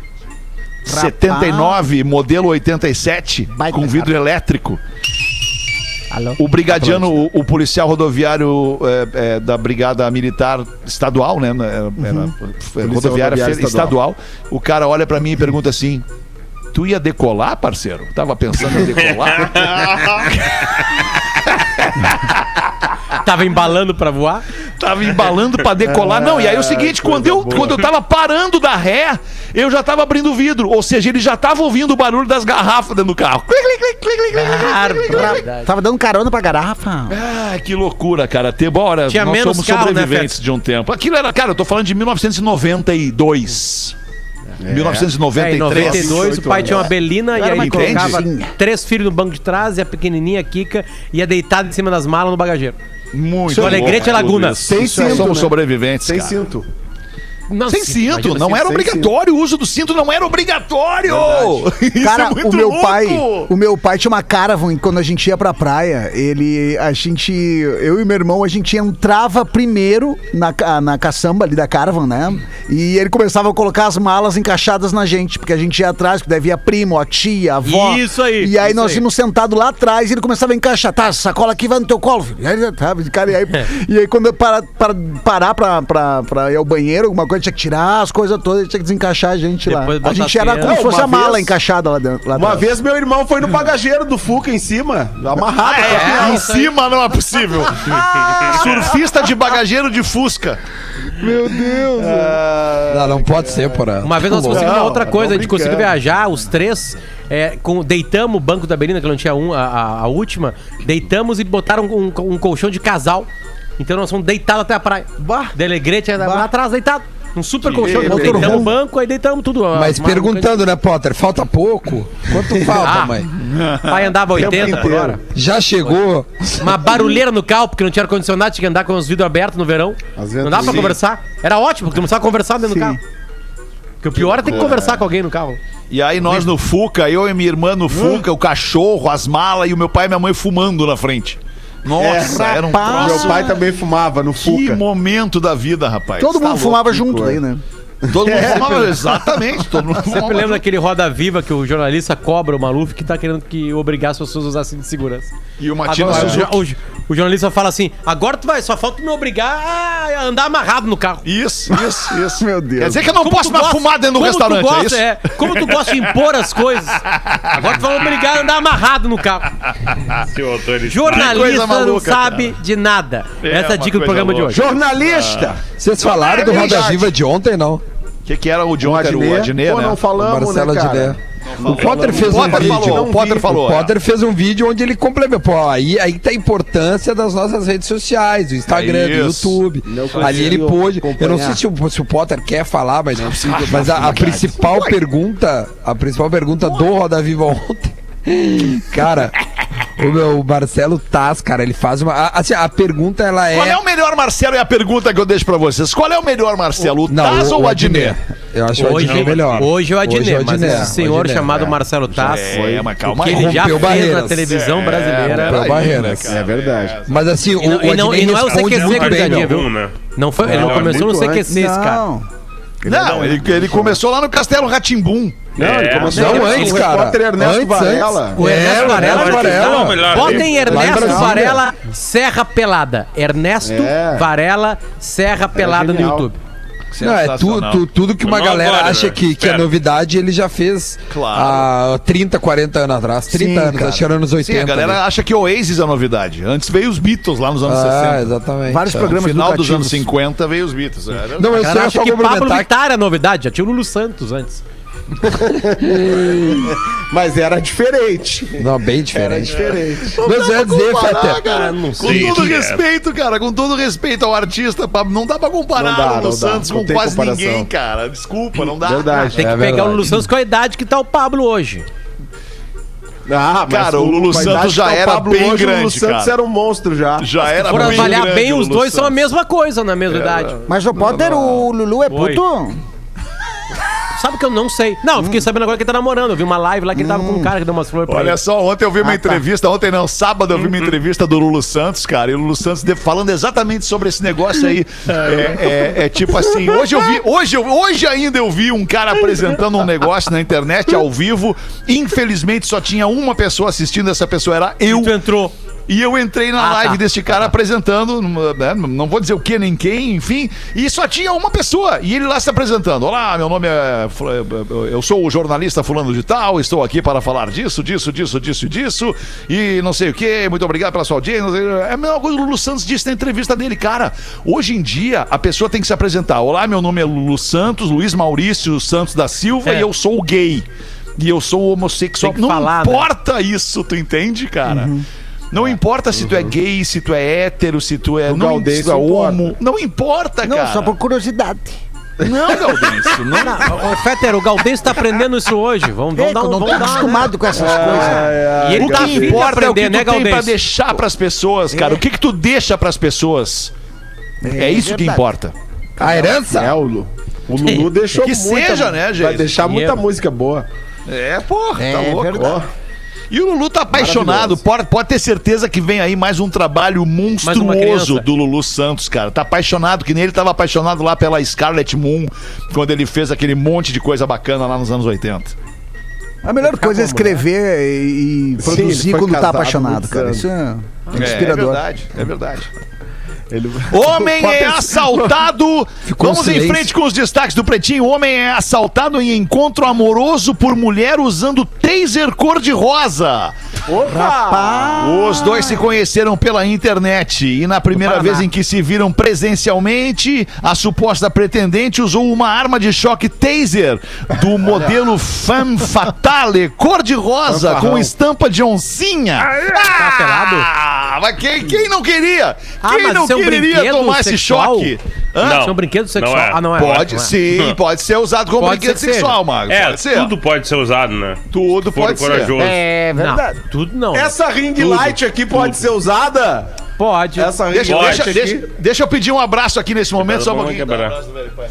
79, modelo 87, Baita com vidro carro. elétrico. Alô? O brigadiano, o policial rodoviário da Brigada Militar Estadual, né? Era rodoviária estadual. O cara olha pra mim e pergunta assim: tu ia decolar, parceiro? Tava pensando em decolar? Tava embalando pra voar? Tava embalando pra decolar. Não, e aí é o seguinte, quando eu tava parando da ré, eu já tava abrindo o vidro. Ou seja, ele já tava ouvindo o barulho das garrafas dentro do carro. Barbaridade. Tava dando carona pra garrafa. Ah, que loucura, cara. Bora, Tinha nós menos somos carro, né, sobreviventes de um tempo. Aquilo era, cara, eu tô falando de 1992. Em 1993. 92, o pai tinha uma Belina e Era aí uma ele colocava criancinha. 3 filhos no banco de trás e a pequenininha a Kika ia deitada em cima das malas no bagageiro. Muito No Alegrete louco Laguna. tudo isso. Sem cinto, Somos né? sobreviventes, Sem cara. cinto. Não, Sem cinto, imagina, não sem- era obrigatório. O uso do cinto não era obrigatório. Isso Cara, é muito o meu louco. pai tinha uma caravan e quando a gente ia pra praia, eu e meu irmão, a gente entrava primeiro na caçamba ali da caravan, né? E ele começava a colocar as malas encaixadas na gente, porque a gente ia atrás, porque daí via primo, a tia, a avó. Isso aí, E aí isso nós aí. íamos sentados lá atrás e ele começava a encaixar. Tá, essa sacola aqui vai no teu colo, filho. E aí, tá, cara, e aí quando eu parar pra ir ao banheiro, alguma coisa, tinha que tirar as coisas todas, tinha que desencaixar a gente lá. Depois A botar gente era tela. como se fosse Uma a mala vez- encaixada lá dentro. Lá Uma atrás. vez meu irmão foi no bagageiro do Fuca em cima, amarrado. Em cima não é possível. Surfista de bagageiro de Fusca. Não pode ser, porra. Uma vez nós conseguimos uma outra coisa, a gente tô conseguiu brincando. viajar, os três, deitamos o banco da Belina, que não tinha a última, deitamos e botaram um colchão de casal. Então nós fomos deitados até a praia. De Alegrete, lá atrás, deitado. Um super colchão, deitamos o banco, aí deitamos tudo. Mas perguntando, né, Potter? Falta pouco? Quanto falta, mãe? Pai andava 80 por hora. Já chegou? Uma barulheira no carro, porque não tinha ar-condicionado, tinha que andar com os vidros abertos no verão. Não dava pra conversar. Era ótimo, porque começava a conversar dentro do carro. Porque o pior é ter que conversar com alguém no carro. E aí nós no Fuca, eu e minha irmã no Fuca, o cachorro, as malas e o meu pai e minha mãe fumando na frente. Nossa, era um rapaz. troço. Meu pai também fumava no Que Fuca. momento da vida, rapaz. Todo Tá mundo fumava louco. junto aí, né? Todo mundo fumava, exatamente. Todo mundo Sempre fumava lembro junto. daquele Roda Viva que o jornalista cobra o Maluf que tá querendo que obrigar as pessoas a usar cinto de segurança. E o Matina Agora, Suzuki. o jornalista fala assim: agora tu vai, só falta me obrigar a andar amarrado no carro. Isso. Meu Deus. Quer dizer que eu não posso tu mais gosta- fumar dentro do como tu restaurante, é isso? gosta, como tu gosta de impor as coisas, agora tu vai me obrigar a andar amarrado no carro. Seu autor Jornalista coisa maluca, não sabe de nada. Essa é a uma dica do coisa programa de louca. hoje. Jornalista! Vocês falaram do Roda Viva de ontem, não? O que era o de ontem? Era o Adnet, Pô, né? não falamos, Marcelo né, cara? Adnet. O Potter fez um vídeo. O Potter falou. O Potter fez um vídeo onde ele complementa. Pô, aí tá a importância das nossas redes sociais, do Instagram, do YouTube. Ali ele pôde. Eu não sei se o Potter quer falar, mas a principal pergunta do Roda Viva ontem. Cara, o Marcelo Taz, cara, ele faz uma. Assim, a pergunta ela é. Qual é o melhor, Marcelo? É a pergunta que eu deixo pra vocês. Qual é o melhor, Marcelo? O Taz ou o Adnet? Eu acho o Adnet melhor. Hoje o Adnet, mas esse senhor chamado Marcelo Taz, mas calma que aí. ele já fez barreiras na televisão brasileira. Rompeu barreiras. É verdade. Mas assim, E não é o CQC, gurizadinha, viu? Não foi, ele não começou no CQC, esse cara. Não, ele começou lá no Castelo Rá-Tim-Bum. Não, ele começou antes, cara. O repórter Ernesto Varela. O Ernesto Varela. Botem Ernesto Brasília. Varela Serra Pelada. Ernesto Varela Serra Pelada no genial. YouTube. Não, é tudo que uma Não galera agora, acha né? que é novidade, ele já fez há 30, 40 anos atrás. 30 anos, cara. acho que era anos 80. Sim, a galera acha que o Oasis é novidade. Antes veio os Beatles lá nos anos 60. Exatamente. Vários No programas final dos educativos. anos 50 veio os Beatles. Não, eu A galera só acha que Pablo complementar. Vittar é novidade, já tinha o Lulu Santos antes. Mas era diferente. Não, bem diferente. Diferente. Mas eu ia dizer, Fetter. Com todo respeito, cara, com todo respeito ao artista, Pablo, não dá pra comparar Não dá, o Lulu não dá. Santos Não com tem quase comparação. ninguém, cara. Desculpa, não dá. Verdade. Tem que pegar verdade. o Lulu Santos com a idade que tá o Pablo hoje. Ah, mas Cara, o Lulu com a Santos idade já que tá o era Pablo bem hoje, grande, O Lulu Santos cara. era um monstro já. Já era Por bem avaliar grande bem, o os Lulu dois são a Santos. mesma coisa na mesma idade. Mas o Potter, o Lulu é puto? Sabe que eu não sei. Não, eu fiquei sabendo agora que ele tá namorando. Eu vi uma live lá que ele tava com um cara que deu umas flores pra Olha ele. só, ontem eu vi uma entrevista, sábado eu vi uma entrevista do Lulu Santos, cara, e o Lulu Santos falando exatamente sobre esse negócio aí. É tipo assim, hoje ainda eu vi um cara apresentando um negócio na internet ao vivo, infelizmente só tinha uma pessoa assistindo, essa pessoa era eu. Tu entrou. E eu entrei na live deste cara apresentando, né, não vou dizer o que nem quem, enfim, e só tinha uma pessoa, e ele lá se apresentando. Olá, meu nome é... Eu sou o jornalista fulano de tal, estou aqui para falar disso, e não sei o que, muito obrigado pela sua audiência. É a mesma coisa que o Lulu Santos disse na entrevista dele, cara. Hoje em dia, a pessoa tem que se apresentar. Olá, meu nome é Lulu Santos, Luiz Maurício Santos da Silva, e eu sou gay. E eu sou homossexual. Tem que Não falar, importa isso, tu entende, cara? Não importa se tu é gay, se tu é hétero, se tu é, se tu é homo. Não importa, cara. Não, só por curiosidade. Não, Gaudêncio. Ô, Fetter, o Gaudêncio tá aprendendo isso hoje. Vamos dar Eu um. não tô Vamos dar, acostumado com essas coisas. E ele O tá que afim de importa é o que aprender, tu né, tem pra Gaudêncio? deixar pras pessoas, cara. O que tu deixa pras pessoas? É isso que verdade. importa. A herança? É, o Lulu deixou Que muita... seja, né, gente? Vai deixar muita Dinheiro. música boa. É, porra, tá É louco. verdade. E o Lulu tá apaixonado, pode ter certeza que vem aí mais um trabalho monstruoso criança. do Lulu Santos, cara. Tá apaixonado, que nem ele tava apaixonado lá pela Scarlett Moon, quando ele fez aquele monte de coisa bacana lá nos anos 80. A melhor coisa é escrever e Sim, produzir ele foi quando tá casado há apaixonado, muitos cara. anos. Isso é É inspirador. verdade, é verdade. Ele... Homem é assaltado. Ficou Vamos em silêncio. frente com os destaques do Pretinho. Homem é assaltado em encontro amoroso por mulher usando taser cor-de-rosa. Os dois se conheceram pela internet e na primeira vez em que se viram presencialmente, a suposta pretendente usou uma arma de choque taser do modelo Femme Fatale, cor-de-rosa, com estampa de oncinha. Mas quem não queria? Quem mas não isso é um queria brinquedo tomar esse sexual? choque? Não. Isso é um brinquedo sexual? Não é. Não é. Pode, não é. sim, pode ser usado como Pode brinquedo ser que sexual, Mago. É, Pode ser. tudo pode ser usado, né? Tudo Se for pode ser. corajoso. É verdade. Não, tudo não. Essa ring light aqui pode ser usada? Pode. Essa ring Deixa, light deixa, aqui... deixa eu pedir um abraço aqui nesse momento, só um Vamos pouquinho. quebrar. Dá um abraço, velho, pai.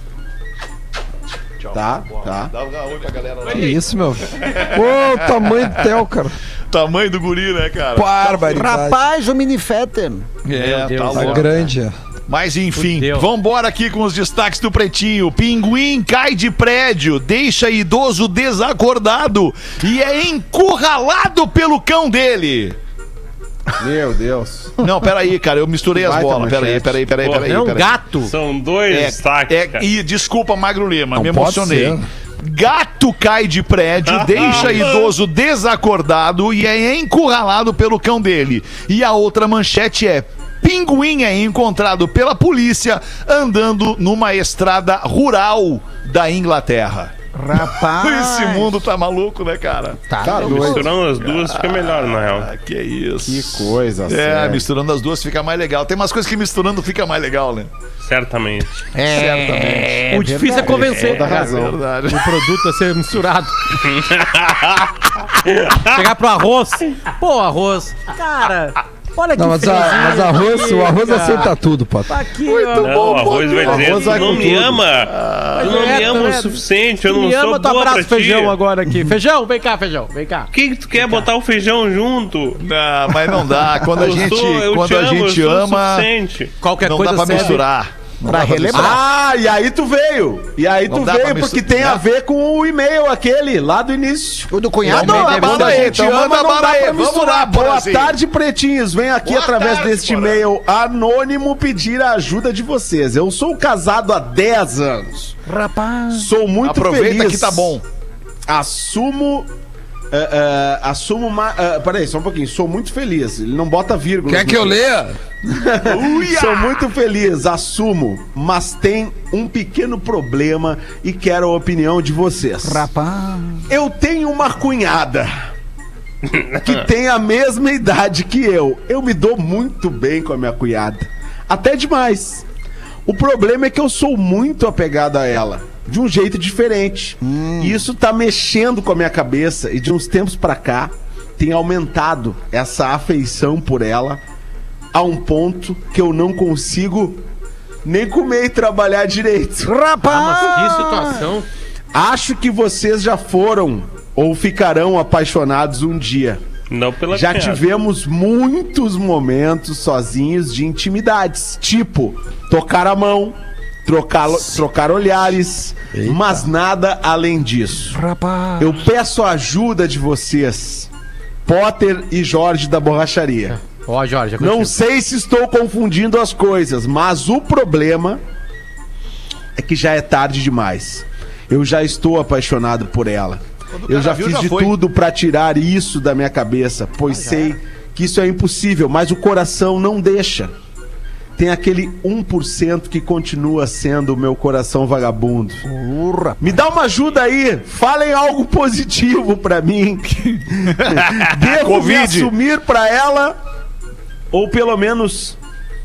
Tá. Dá um oi pra galera lá. Que isso, meu? Ô, o tamanho do Theo, cara. Tamanho do guri, né, cara? Barbaridade. Rapaz, o mini Fetter. É, Deus, tá Tá louco. grande. Mas enfim, Fudeu. vambora aqui com os destaques do Pretinho. Pinguim cai de prédio, deixa idoso desacordado e é encurralado pelo cão dele. Meu Deus. Não, peraí, cara, eu misturei as Baita bolas. Peraí. É um gato. São dois destaques, cara. E desculpa, Magro Lima, Não me pode emocionei. ser. Gato cai de prédio, deixa idoso desacordado e é encurralado pelo cão dele. E a outra manchete é: pinguim é encontrado pela polícia andando numa estrada rural da Inglaterra. Rapaz. Esse mundo tá maluco, né, cara? Tá doido. Misturando as duas fica melhor, na real. Ah, que isso. Que coisa, É, sério. misturando as duas fica mais legal. Tem umas coisas que misturando fica mais legal, né? Certamente. Certamente. O difícil é convencer. Toda razão. É verdade. O produto a ser misturado. Chegar pro arroz. Pô, arroz. Cara, olha que Não, mas o arroz aceita tudo, Pato. Tá aqui, Não, o arroz vai dizer, Arroz tu vai não com me tudo. ama. Tu não me ama o Correto, suficiente, eu não Me sou ama, tu boa pra abraça ti. feijão agora aqui. Feijão, vem cá, feijão. Vem cá. Por que tu quer botar o feijão junto? Não, mas não dá. Quando a gente, eu te amo, eu sou o ama, suficiente. Qualquer não coisa dá pra serve. misturar. Não dá pra misturar. Ah, e aí tu veio. E aí Não tu dá pra veio porque tem a ver com o e-mail aquele lá do início. O do cunhado? Então manda Quando a aí, gente então ama, manda não bala dá aí. pra Vamos misturar. lá, Boa Porazinho. tarde, pretinhos. Venho aqui Boa através tarde, deste Porã. e-mail anônimo pedir a ajuda de vocês. Eu sou casado há 10 anos. Rapaz. Sou muito Aproveita feliz. que tá bom. Assumo... peraí, só um pouquinho. Sou muito feliz. Ele não bota vírgula. Quer que eu leia? Sou muito feliz, assumo. Mas tem um pequeno problema e quero a opinião de vocês. Rapaz. Eu tenho uma cunhada que tem a mesma idade que eu. Eu me dou muito bem com a minha cunhada. Até demais. O problema é que eu sou muito apegado a ela. De um jeito diferente. E isso tá mexendo com a minha cabeça. E de uns tempos pra cá, tem aumentado essa afeição por ela a um ponto que eu não consigo nem comer e trabalhar direito. Rapaz. Mas que situação. Acho que vocês já foram ou ficarão apaixonados um dia. Não pela Já piada. tivemos muitos momentos sozinhos de intimidades, tipo tocar a mão, trocar olhares, mas nada além disso. Rapaz. Eu peço a ajuda de vocês, Potter e Jorge da Borracharia. Ó, Jorge, é Não contigo. sei se estou confundindo as coisas, mas o problema é que já é tarde demais. Eu já estou apaixonado por ela. Eu já viu, fiz já de foi. tudo pra tirar isso da minha cabeça, pois sei que isso é impossível, mas o coração não deixa. Tem aquele 1% que continua sendo o meu coração vagabundo. Me dá uma ajuda aí, falem algo positivo pra mim. Devo me Covid. assumir pra ela ou pelo menos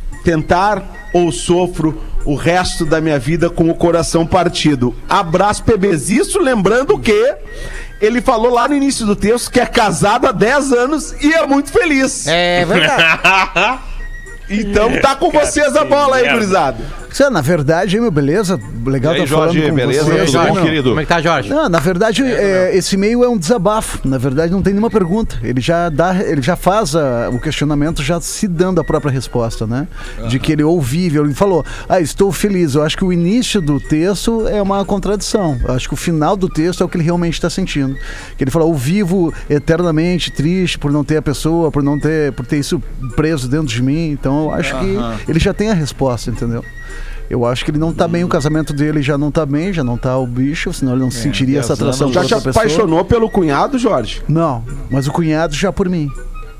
tentar ou sofro o resto da minha vida com o coração partido. Abraço, bebês. Isso lembrando que ele falou lá no início do texto que é casado há 10 anos e é muito feliz. É verdade. Então tá com vocês a bola aí, gurizada. Na verdade, hein, meu, beleza? Legal E aí, tá falando Jorge, com beleza? vocês. Tudo bom, Não. querido? Como é que tá, Jorge? Não, na verdade, esse e-mail é um desabafo. Na verdade, não tem nenhuma pergunta. Ele já faz o questionamento já se dando a própria resposta, né? De que ele ouviu, ele falou, estou feliz. Eu acho que o início do texto é uma contradição. Eu acho que o final do texto é o que ele realmente está sentindo. Que ele falou, eu vivo eternamente triste por não ter a pessoa, por ter isso preso dentro de mim. Então, eu acho que ele já tem a resposta, entendeu? Eu acho que ele não tá bem, o casamento dele já não tá bem, já não tá o bicho, senão ele não sentiria essa atração Já por te outra pessoa. apaixonou pelo cunhado, Jorge? Não, mas o cunhado já por mim.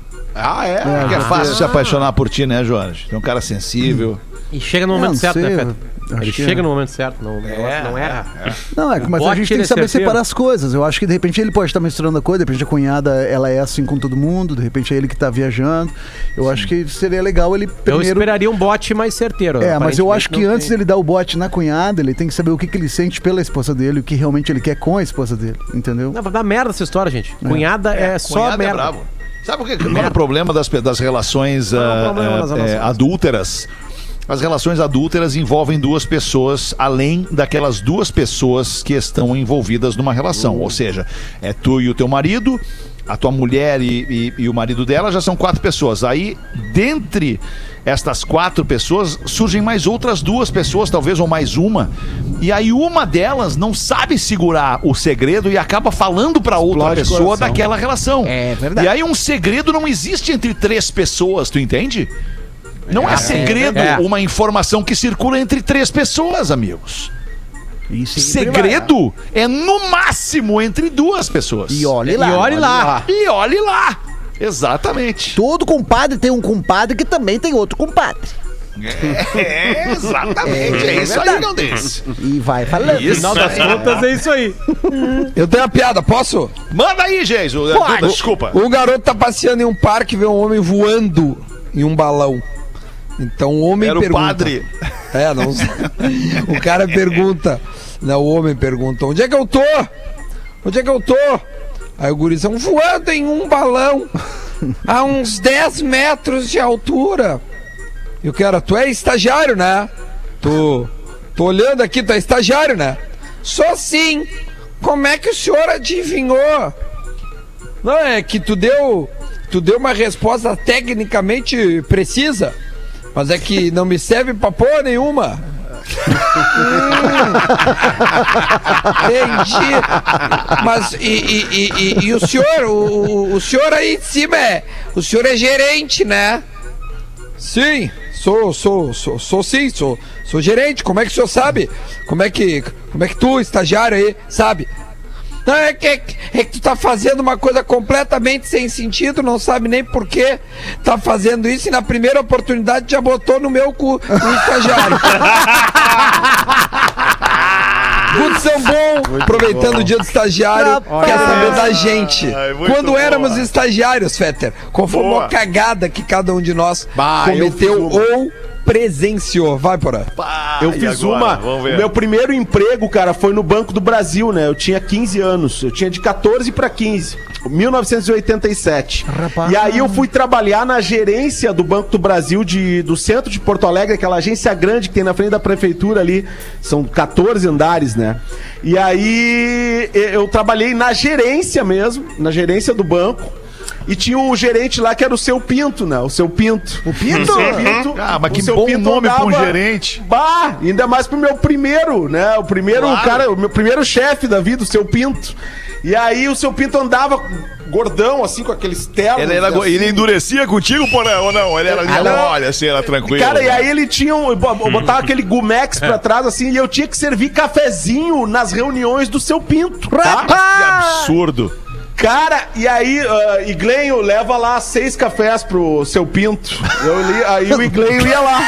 Ah, é? Que é fácil se apaixonar por ti, né, Jorge? É um cara sensível. E chega no momento não certo, sei, né, Feta? acho Ele que chega é. no momento certo, não erra. Não, mas a bote gente tem ele que saber é certeiro. separar as coisas. Eu acho que de repente ele pode estar misturando a coisa, de repente a cunhada, ela é assim com todo mundo, de repente é ele que tá viajando. Eu acho que seria legal ele Eu primeiro... esperaria um bote mais certeiro. mas eu acho que Aparentemente antes dele dar o bote na cunhada, ele tem que saber o que ele sente pela esposa dele, o que realmente ele quer com a esposa dele, entendeu? Não, vai dar merda essa história, gente. Cunhada é só Cunhado merda. é bravo. Sabe qual é o problema das relações problema das relações. adúlteras? As relações adúlteras envolvem duas pessoas, além daquelas duas pessoas que estão envolvidas numa relação. Ou seja, é tu e o teu marido, a tua mulher e o marido dela já são 4 pessoas. Aí, dentre estas 4 pessoas, surgem mais outras 2 pessoas, talvez, ou mais uma. E aí uma delas não sabe segurar o segredo e acaba falando para outra Explode pessoa coração. daquela relação. É verdade. E aí um segredo não existe entre 3 pessoas, tu entende? Não é segredo uma informação que circula entre 3 pessoas, amigos. Isso Segredo é no máximo entre 2 pessoas. E olhe lá. E olhe lá. E olhe lá. Exatamente. Todo compadre tem um compadre que também tem outro compadre. Exatamente. É isso aí, Galdense. E vai falando. No final das contas é isso aí. Eu tenho uma piada, posso? Manda aí, Geiso. Duda, desculpa. Um garoto tá passeando em um parque e vê um homem voando em um balão. Então o homem Era pergunta... o padre. Não sei. O cara pergunta... Não, o homem pergunta, onde é que eu tô? Onde é que eu tô? Aí o gurizão, voando em um balão a uns 10 metros de altura. E o cara, tu é estagiário, né? Tô olhando aqui, tu é estagiário, né? Sou sim. Como é que o senhor adivinhou? Não, é que tu deu uma resposta tecnicamente precisa, mas é que não me serve pra porra nenhuma. Entendi. Mas e o senhor, o senhor aí em cima o senhor é gerente, né? Sim, sou gerente. Como é que o senhor sabe? Como é que tu, estagiário aí, sabe? Não, é que tu tá fazendo uma coisa completamente sem sentido, não sabe nem por que tá fazendo isso e na primeira oportunidade já botou no meu cu o estagiário. Good São Bom, aproveitando o dia do estagiário, quer saber da gente. Quando éramos estagiários, Fetter, qual foi uma cagada que cada um de nós cometeu ou presenciou? Vai, Porã. Eu fiz o meu primeiro emprego, cara, foi no Banco do Brasil, né? Eu tinha 15 anos. Eu tinha de 14 para 15. 1987. Rapaz. E aí eu fui trabalhar na gerência do Banco do Brasil do centro de Porto Alegre, aquela agência grande que tem na frente da prefeitura ali. São 14 andares, né? E aí eu trabalhei na gerência mesmo, na gerência do banco. E tinha um gerente lá que era o Seu Pinto, né? O Seu Pinto. O Pinto? Mas que bom nome pra um gerente. Bah, ainda mais pro meu primeiro, né? O primeiro cara, o meu primeiro chefe da vida, o Seu Pinto. E aí o Seu Pinto andava gordão, assim, com aqueles ternos. Ele endurecia contigo, Porã, ou não? Ele era olha, assim, era tranquilo. Cara, e aí ele tinha botava aquele Gumex pra trás, assim, e eu tinha que servir cafezinho nas reuniões do Seu Pinto. Tá? Que absurdo. Cara, e aí, Iglenho leva lá 6 cafés pro Seu Pinto. Aí o Iglenho ia lá.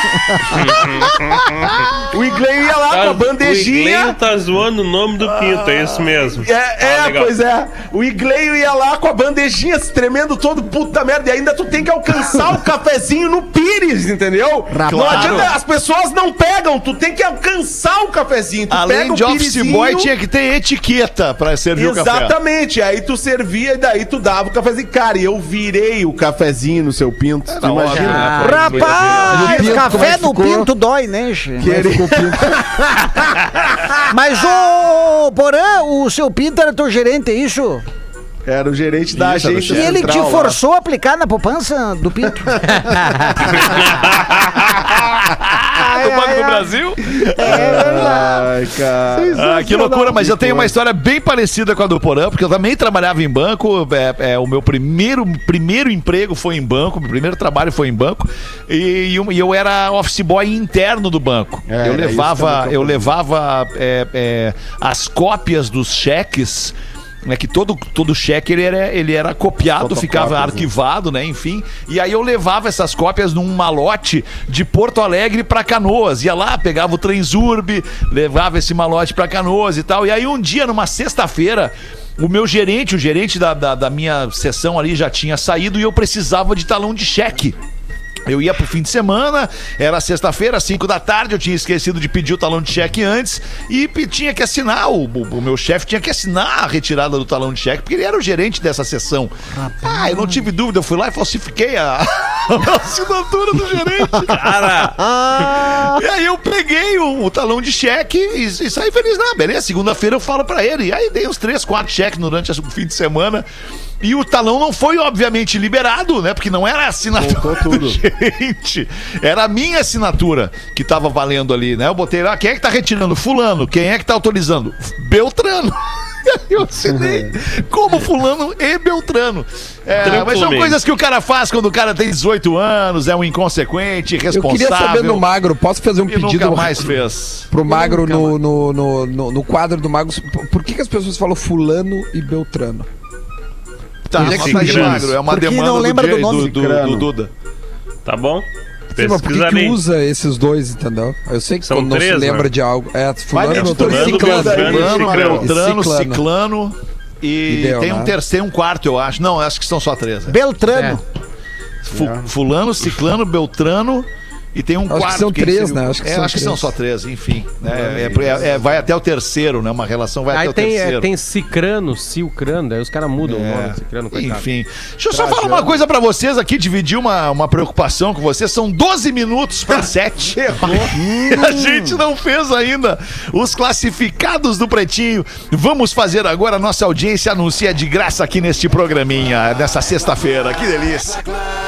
O Iglenho ia lá com a bandejinha. O Iglenho tá zoando o nome do Pinto, é isso mesmo. Pois é. O Iglenho ia lá com a bandejinha se tremendo todo, puta merda. E ainda tu tem que alcançar o cafezinho no pires, entendeu? Claro. Não adianta, as pessoas não pegam, tu tem que alcançar o cafezinho. Tu além pega de o office boy, tinha que ter etiqueta pra servir o café. Exatamente. Aí tu servia e daí tu dava o cafezinho. Cara, e eu virei o cafezinho no Seu Pinto. Tu imagina? Rapaz, café no pinto dói, né, gente? Mas o Porã, o Seu Pinto era teu gerente, é isso? Era o gerente da agência. E ele te forçou a aplicar na poupança do Pinto? Do Banco do Brasil? É verdade. Ai, cara. Que loucura, mas eu tenho uma história bem parecida com a do Porã, porque eu também trabalhava em banco. O meu primeiro emprego foi em banco, meu primeiro trabalho foi em banco. E eu era office boy interno do banco. Eu levava as cópias dos cheques. Que todo cheque ele era copiado, ficava arquivado, né? Enfim. E aí eu levava essas cópias num malote de Porto Alegre pra Canoas. Ia lá, pegava o Transurb, levava esse malote pra Canoas e tal. E aí um dia, numa sexta-feira, o gerente da minha sessão ali já tinha saído e eu precisava de talão de cheque. Eu ia pro fim de semana, era sexta-feira, 5 da tarde, eu tinha esquecido de pedir o talão de cheque antes e tinha que assinar, o meu chefe tinha que assinar a retirada do talão de cheque, porque ele era o gerente dessa sessão. Eu não tive dúvida, eu fui lá e falsifiquei a assinatura do gerente. Cara! E aí eu peguei o talão de cheque e saí feliz. Beleza, segunda-feira eu falo pra ele. E aí dei uns 3, 4 cheques durante o fim de semana. E o talão não foi, obviamente, liberado, né? Porque não era a assinatura do gerente. Era a minha assinatura que tava valendo ali, né? Eu botei lá, quem é que tá retirando? Fulano. Quem é que tá autorizando? Beltrano. Eu assinei como Fulano e Beltrano. Mas são coisas que o cara faz quando o cara tem 18 anos, é um inconsequente, irresponsável. Eu queria saber no Magro, posso fazer um pedido nunca mais fez. Pro Magro no quadro do Magro? Por que as pessoas falam Fulano e Beltrano? Tá, Magro, é uma porque demanda não lembra do nome do Duda. Tá bom? Sim, mas por Pesquisa que ali. usa esses dois, entendeu? Eu sei que São quando não se três, lembra né? de algo. Fulano, Vai, Beltrano e Fulano, Ciclano. Beltrano, Ciclano. Ciclano e Deu, tem né? um quarto, eu acho. Não, acho que são só 3. Beltrano. Fulano, Ciclano, Beltrano e tem um Acho que quarto. são quem 3, seria o- né? Acho que É, são acho que são 3. só 3, enfim. Né? Vai até o terceiro, né? Uma relação vai Aí até o terceiro. tem Cicrano, Silcrano, aí os caras mudam o nome de Cicrano, coitado. Enfim, deixa eu só falar uma coisa pra vocês aqui, dividir uma preocupação com vocês. São 12 minutos pra 7. A gente não fez ainda os classificados do Pretinho. Vamos fazer agora. A nossa audiência anuncia de graça aqui neste programinha, nessa sexta-feira. Que delícia.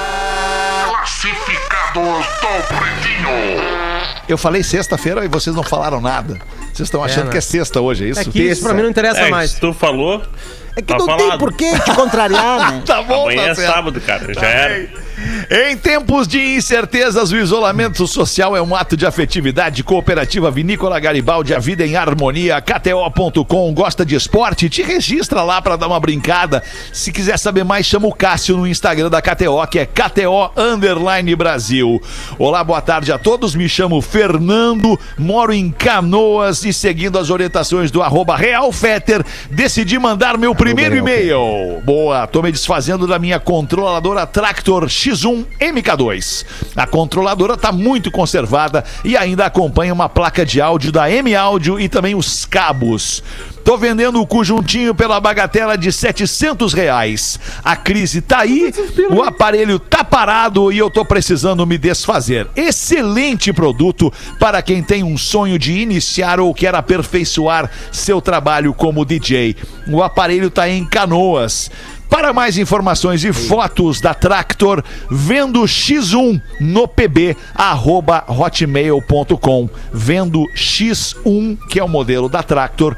Classificados do Pretinho. Eu falei sexta-feira e vocês não falaram nada. Vocês estão achando né? que é sexta hoje, é isso? É que isso pra mim não interessa mais. Se tu falou, É que tá não tem falado. por que te contrariar, né? Tá bom, Amanhã tá é certo. sábado, cara. Já era. Em tempos de incertezas, o isolamento social é um ato de afetividade. Cooperativa Vinícola Garibaldi, a vida em harmonia. KTO.com, gosta de esporte? Te registra lá pra dar uma brincada. Se quiser saber mais, chama o Cássio no Instagram da KTO, que é KTO_Brasil. Olá, boa tarde a todos. Me chamo Fernando, moro em Canoas e seguindo as orientações do @RealFetter, decidi mandar meu primeiro e-mail. Boa, tô me desfazendo da minha controladora Tractor X1 MK2. A controladora tá muito conservada e ainda acompanha uma placa de áudio da M-Áudio e também os cabos. Tô vendendo o conjuntinho pela bagatela de R$700. A crise tá aí, o aparelho tá parado e eu tô precisando me desfazer. Excelente produto para quem tem um sonho de iniciar ou quer aperfeiçoar seu trabalho como DJ. O aparelho tá em Canoas. Para mais informações e fotos da Tractor, vendo X1 no pb @hotmail.com. Vendo X1, que é o modelo da Tractor,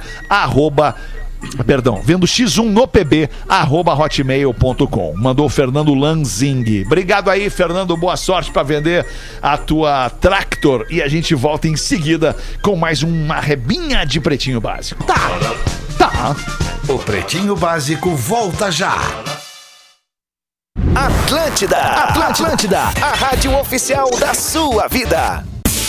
vendo X1 no pb @hotmail.com. Mandou o Fernando Lanzing. Obrigado aí, Fernando. Boa sorte para vender a tua Tractor. E a gente volta em seguida com mais uma rebinha de Pretinho Básico. Tá. O Pretinho Básico volta já. Atlântida, a rádio oficial da sua vida.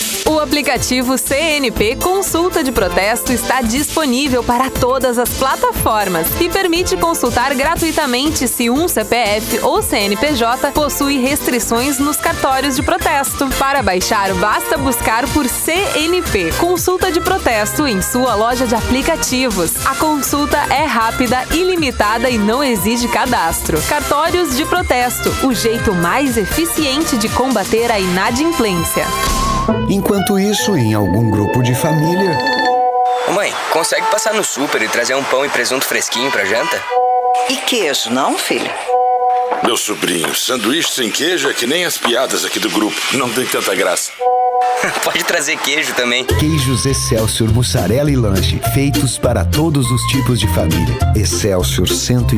O aplicativo CNP Consulta de Protesto está disponível para todas as plataformas e permite consultar gratuitamente se um CPF ou CNPJ possui restrições nos cartórios de protesto. Para baixar, basta buscar por CNP Consulta de Protesto em sua loja de aplicativos. A consulta é rápida, ilimitada e não exige cadastro. Cartórios de protesto, o jeito mais eficiente de combater a inadimplência. Enquanto isso, em algum grupo de família... Mãe, consegue passar no super e trazer um pão e presunto fresquinho pra janta? E queijo, não, filho? Meu sobrinho, sanduíche sem queijo é que nem as piadas aqui do grupo. Não tem tanta graça. Pode trazer queijo também. Queijos Excelsior, mussarela e lanche, feitos para todos os tipos de família. Excelsior,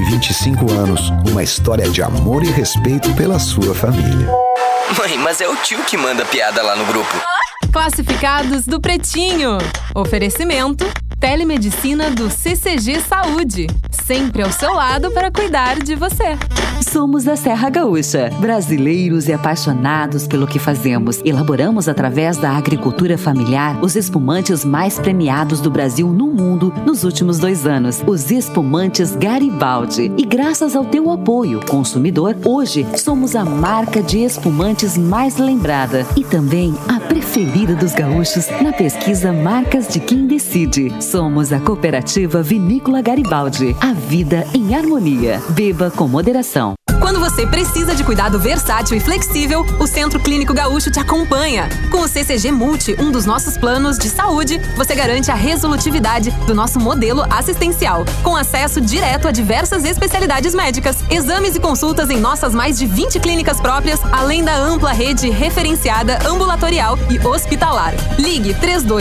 125 anos, uma história de amor e respeito pela sua família. Mãe, mas é o tio que manda piada lá no grupo. Classificados do Pretinho. Oferecimento: Telemedicina do CCG Saúde. Sempre ao seu lado para cuidar de você. Somos da Serra Gaúcha, brasileiros e apaixonados pelo que fazemos. Elaboramos através da agricultura familiar os espumantes mais premiados do Brasil no mundo nos últimos 2 anos. Os espumantes Garibaldi. E graças ao teu apoio, consumidor, hoje somos a marca de espumantes mais lembrada e também a preferida dos gaúchos na pesquisa Marcas de Quem Decide. Somos a Cooperativa Vinícola Garibaldi. A vida em harmonia. Beba com moderação. Quando você precisa de cuidado versátil e flexível, o Centro Clínico Gaúcho te acompanha. Com o CCG Multi, um dos nossos planos de saúde, você garante a resolutividade do nosso modelo assistencial, com acesso direto a diversas especialidades médicas, exames e consultas em nossas mais de 20 clínicas próprias, além da ampla rede referenciada ambulatorial e hospitalar. Ligue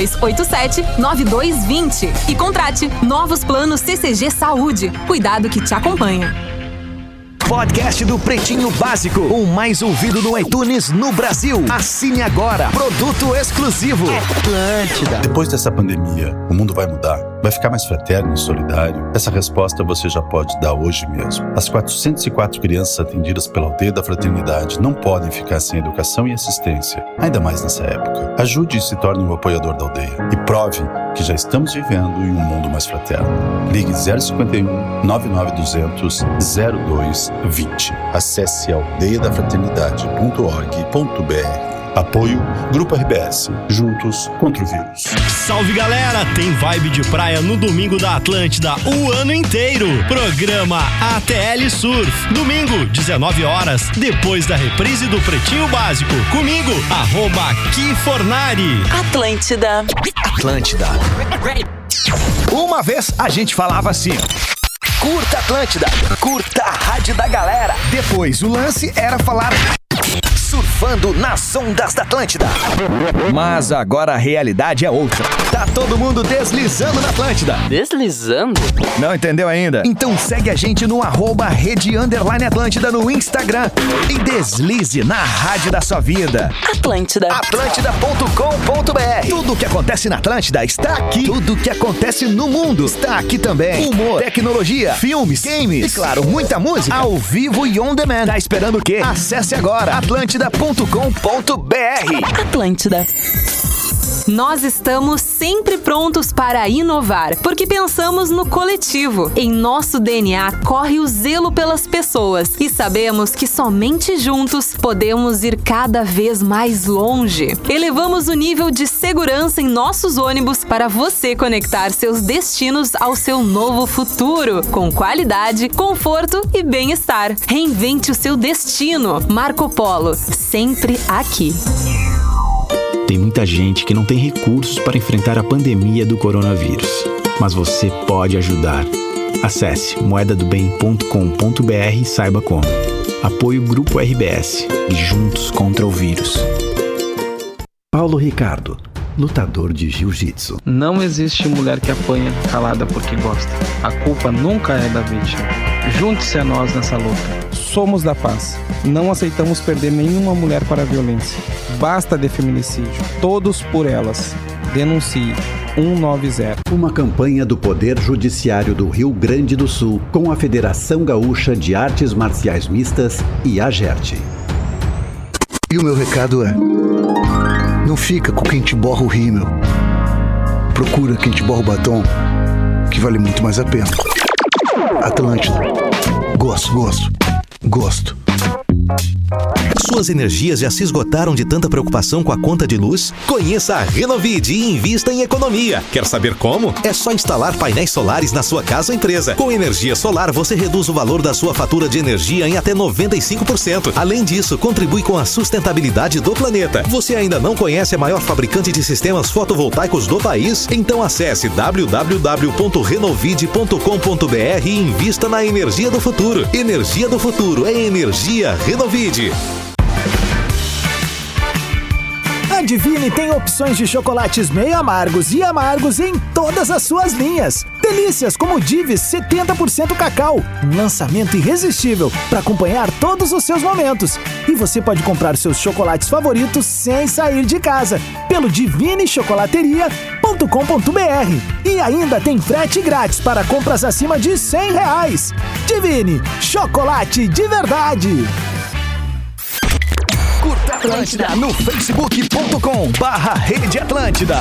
3287-9220 e contrate novos planos CCG Saúde. Cuidado que te acompanha. Podcast do Pretinho Básico, o mais ouvido no iTunes no Brasil. Assine agora. Produto exclusivo. Atlântida. Depois dessa pandemia, o mundo vai mudar. Vai ficar mais fraterno e solidário? Essa resposta você já pode dar hoje mesmo. As 404 crianças atendidas pela Aldeia da Fraternidade não podem ficar sem educação e assistência, ainda mais nessa época. Ajude e se torne um apoiador da aldeia. E prove que já estamos vivendo em um mundo mais fraterno. Ligue 051 99200 0220. Acesse aldeiadafraternidade.org.br. Apoio Grupo RBS. Juntos contra o vírus. Salve, galera! Tem vibe de praia no domingo da Atlântida o ano inteiro. Programa ATL Surf. Domingo, 19 horas, depois da reprise do Pretinho Básico. Comigo, @Kifornari. Atlântida. Uma vez a gente falava assim: curta Atlântida, curta a rádio da galera. Depois o lance era falar surfando nas ondas da Atlântida. Mas agora a realidade é outra. Tá todo mundo deslizando na Atlântida. Deslizando? Não entendeu ainda? Então segue a gente no @rede_Atlântida no Instagram e deslize na rádio da sua vida. Atlântida. Atlântida.com.br. Tudo o que acontece na Atlântida está aqui. Tudo o que acontece no mundo está aqui também. Humor, tecnologia, filmes, games e, claro, muita música ao vivo e on demand. Tá esperando o quê? Acesse agora Atlântida.com.br. Atlântida. Nós estamos sempre prontos para inovar, porque pensamos no coletivo. Em nosso DNA corre o zelo pelas pessoas e sabemos que somente juntos podemos ir cada vez mais longe. Elevamos o nível de segurança em nossos ônibus para você conectar seus destinos ao seu novo futuro, com qualidade, conforto e bem-estar. Reinvente o seu destino. Marco Polo, sempre aqui. Tem muita gente que não tem recursos para enfrentar a pandemia do coronavírus, mas você pode ajudar. Acesse moedadobem.com.br e saiba como. Apoio Grupo RBS e juntos contra o vírus. Paulo Ricardo, lutador de jiu-jitsu. Não existe mulher que apanha calada porque gosta. A culpa nunca é da vítima. Junte-se a nós nessa luta. Somos da paz. Não aceitamos perder nenhuma mulher para a violência. Basta de feminicídio. Todos por elas. Denuncie. 190. Uma campanha do Poder Judiciário do Rio Grande do Sul com a Federação Gaúcha de Artes Marciais Mistas e a GERT. E o meu recado é: não fica com quem te borra o rímel. Procura quem te borra o batom, que vale muito mais a pena. Atlântida. Gosto. Suas energias já se esgotaram de tanta preocupação com a conta de luz? Conheça a Renovide e invista em economia. Quer saber como? É só instalar painéis solares na sua casa ou empresa. Com energia solar, você reduz o valor da sua fatura de energia em até 95%. Além disso, contribui com a sustentabilidade do planeta. Você ainda não conhece a maior fabricante de sistemas fotovoltaicos do país? Então acesse www.renovide.com.br e invista na energia do futuro. Energia do futuro é energia Renovide. A Divine tem opções de chocolates meio amargos e amargos em todas as suas linhas. Delícias como Divis 70% cacau, um lançamento irresistível para acompanhar todos os seus momentos. E você pode comprar seus chocolates favoritos sem sair de casa pelo divinechocolateria.com.br. E ainda tem frete grátis para compras acima de R$100. Divine, chocolate de verdade. Curta Atlântida no facebook.com/Rede Atlântida.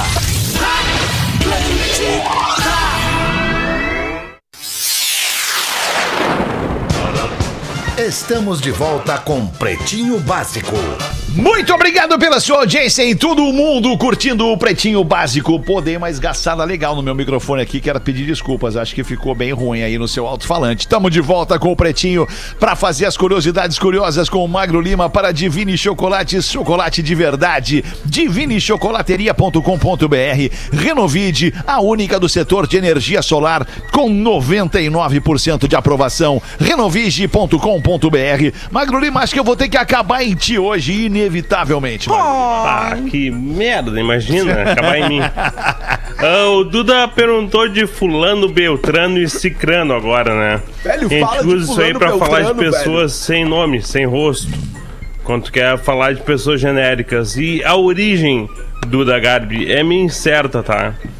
Estamos de volta com Pretinho Básico. Muito obrigado pela sua audiência em todo o mundo curtindo o Pretinho Básico. Pô, dei uma esgaçada legal no meu microfone aqui, quero pedir desculpas, acho que ficou bem ruim aí no seu alto-falante. Tamo de volta com o Pretinho pra fazer as curiosidades curiosas com o Magro Lima para Divine Chocolates, chocolate de verdade. Divinechocolateria.com.br. Renovide, a única do setor de energia solar com 99% de aprovação. Renovige.com.br. Magro Lima, acho que eu vou ter que acabar em ti hoje, inevitavelmente. Que merda, imagina, acabar em mim. O Duda perguntou de fulano, beltrano e cicrano agora, né? Velho, a gente fala usa de isso aí pra fulano, falar de beltrano, pessoas sem nome, sem rosto, quando tu quer falar de pessoas genéricas. E a origem, Duda Garbi, é meio incerta, tá?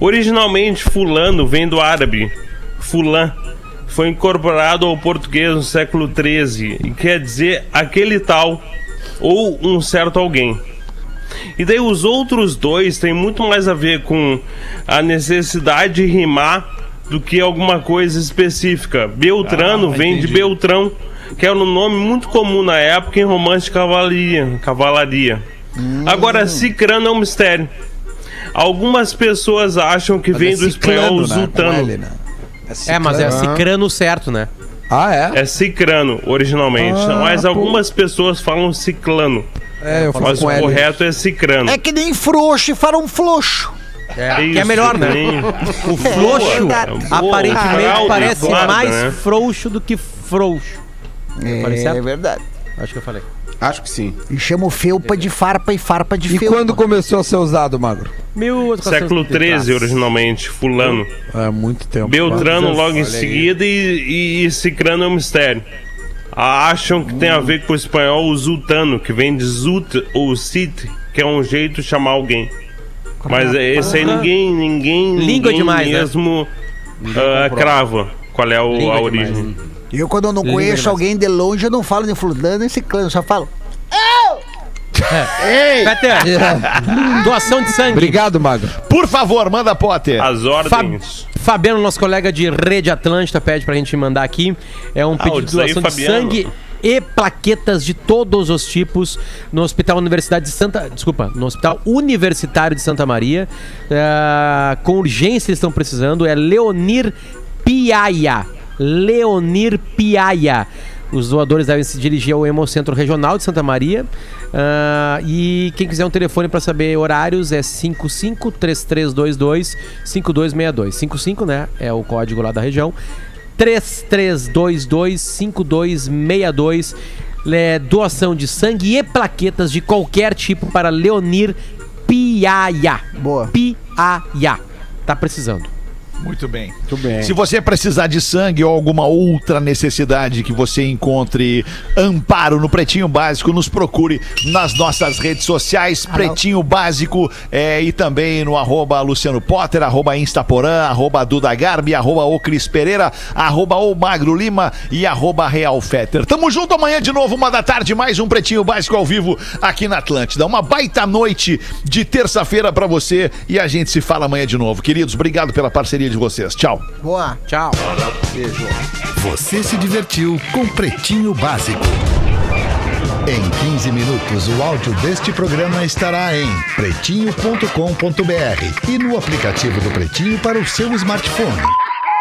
Originalmente, fulano vem do árabe, fulan. Foi incorporado ao português no século XIII e quer dizer aquele tal ou um certo alguém. E daí os outros dois têm muito mais a ver com a necessidade de rimar do que alguma coisa específica. Beltrano vem de Beltrão, que era um nome muito comum na época em romances de cavalaria. Agora, cicrano é um mistério. Algumas pessoas acham que vem do espanhol zultano. Mas é cicrano certo, né? É cicrano, originalmente. Mas algumas pessoas falam ciclano. Mas o correto é cicrano. É que nem frouxo e falam floxo. Que é melhor, né? O floxo aparentemente parece mais frouxo do que frouxo. É verdade. Acho que eu falei. Acho que sim. E chama o felpa de farpa e farpa de felpa. E quando começou a ser usado, Magro? Século XIII, originalmente, fulano. É muito tempo. Beltrano logo em seguida e cicrano é um mistério. Acham que tem a ver com o espanhol o zultano, que vem de zut ou sit, que é um jeito de chamar alguém. Mas esse aí ninguém demais, mesmo crava qual é a origem. Eu, quando eu não conheço alguém de longe, eu não falo de fulano nem ciclano, eu só falo... Ei! Peter, doação de sangue. Obrigado, Magro. Por favor, manda, Potter. As ordens. Fabiano, nosso colega de Rede Atlântida, pede pra gente mandar aqui. É um pedido de doação de sangue e plaquetas de todos os tipos no Hospital Universitário de Santa Maria. Com urgência eles estão precisando. É Leonir Piaia. Os doadores devem se dirigir ao Hemocentro Regional de Santa Maria. E quem quiser um telefone para saber horários é 55-3322-5262. 55, né? É o código lá da região. 3322-5262. Doação de sangue e plaquetas de qualquer tipo para Leonir Piaia. Boa. Piaia. Tá precisando. Muito bem. Se você precisar de sangue ou alguma outra necessidade que você encontre amparo no Pretinho Básico, nos procure nas nossas redes sociais, Pretinho Básico, e também no @Luciano Potter, @Instaporã, @Duda Garbi, @Cris Pereira, @Magro Lima e @Realfetter. Tamo junto amanhã de novo, 1h da tarde, mais um Pretinho Básico ao vivo aqui na Atlântida. Uma baita noite de terça-feira pra você e a gente se fala amanhã de novo. Queridos, obrigado pela parceria de vocês. Tchau. Boa. Tchau. Beijo. Você se divertiu com Pretinho Básico. Em 15 minutos, o áudio deste programa estará em pretinho.com.br e no aplicativo do Pretinho para o seu smartphone.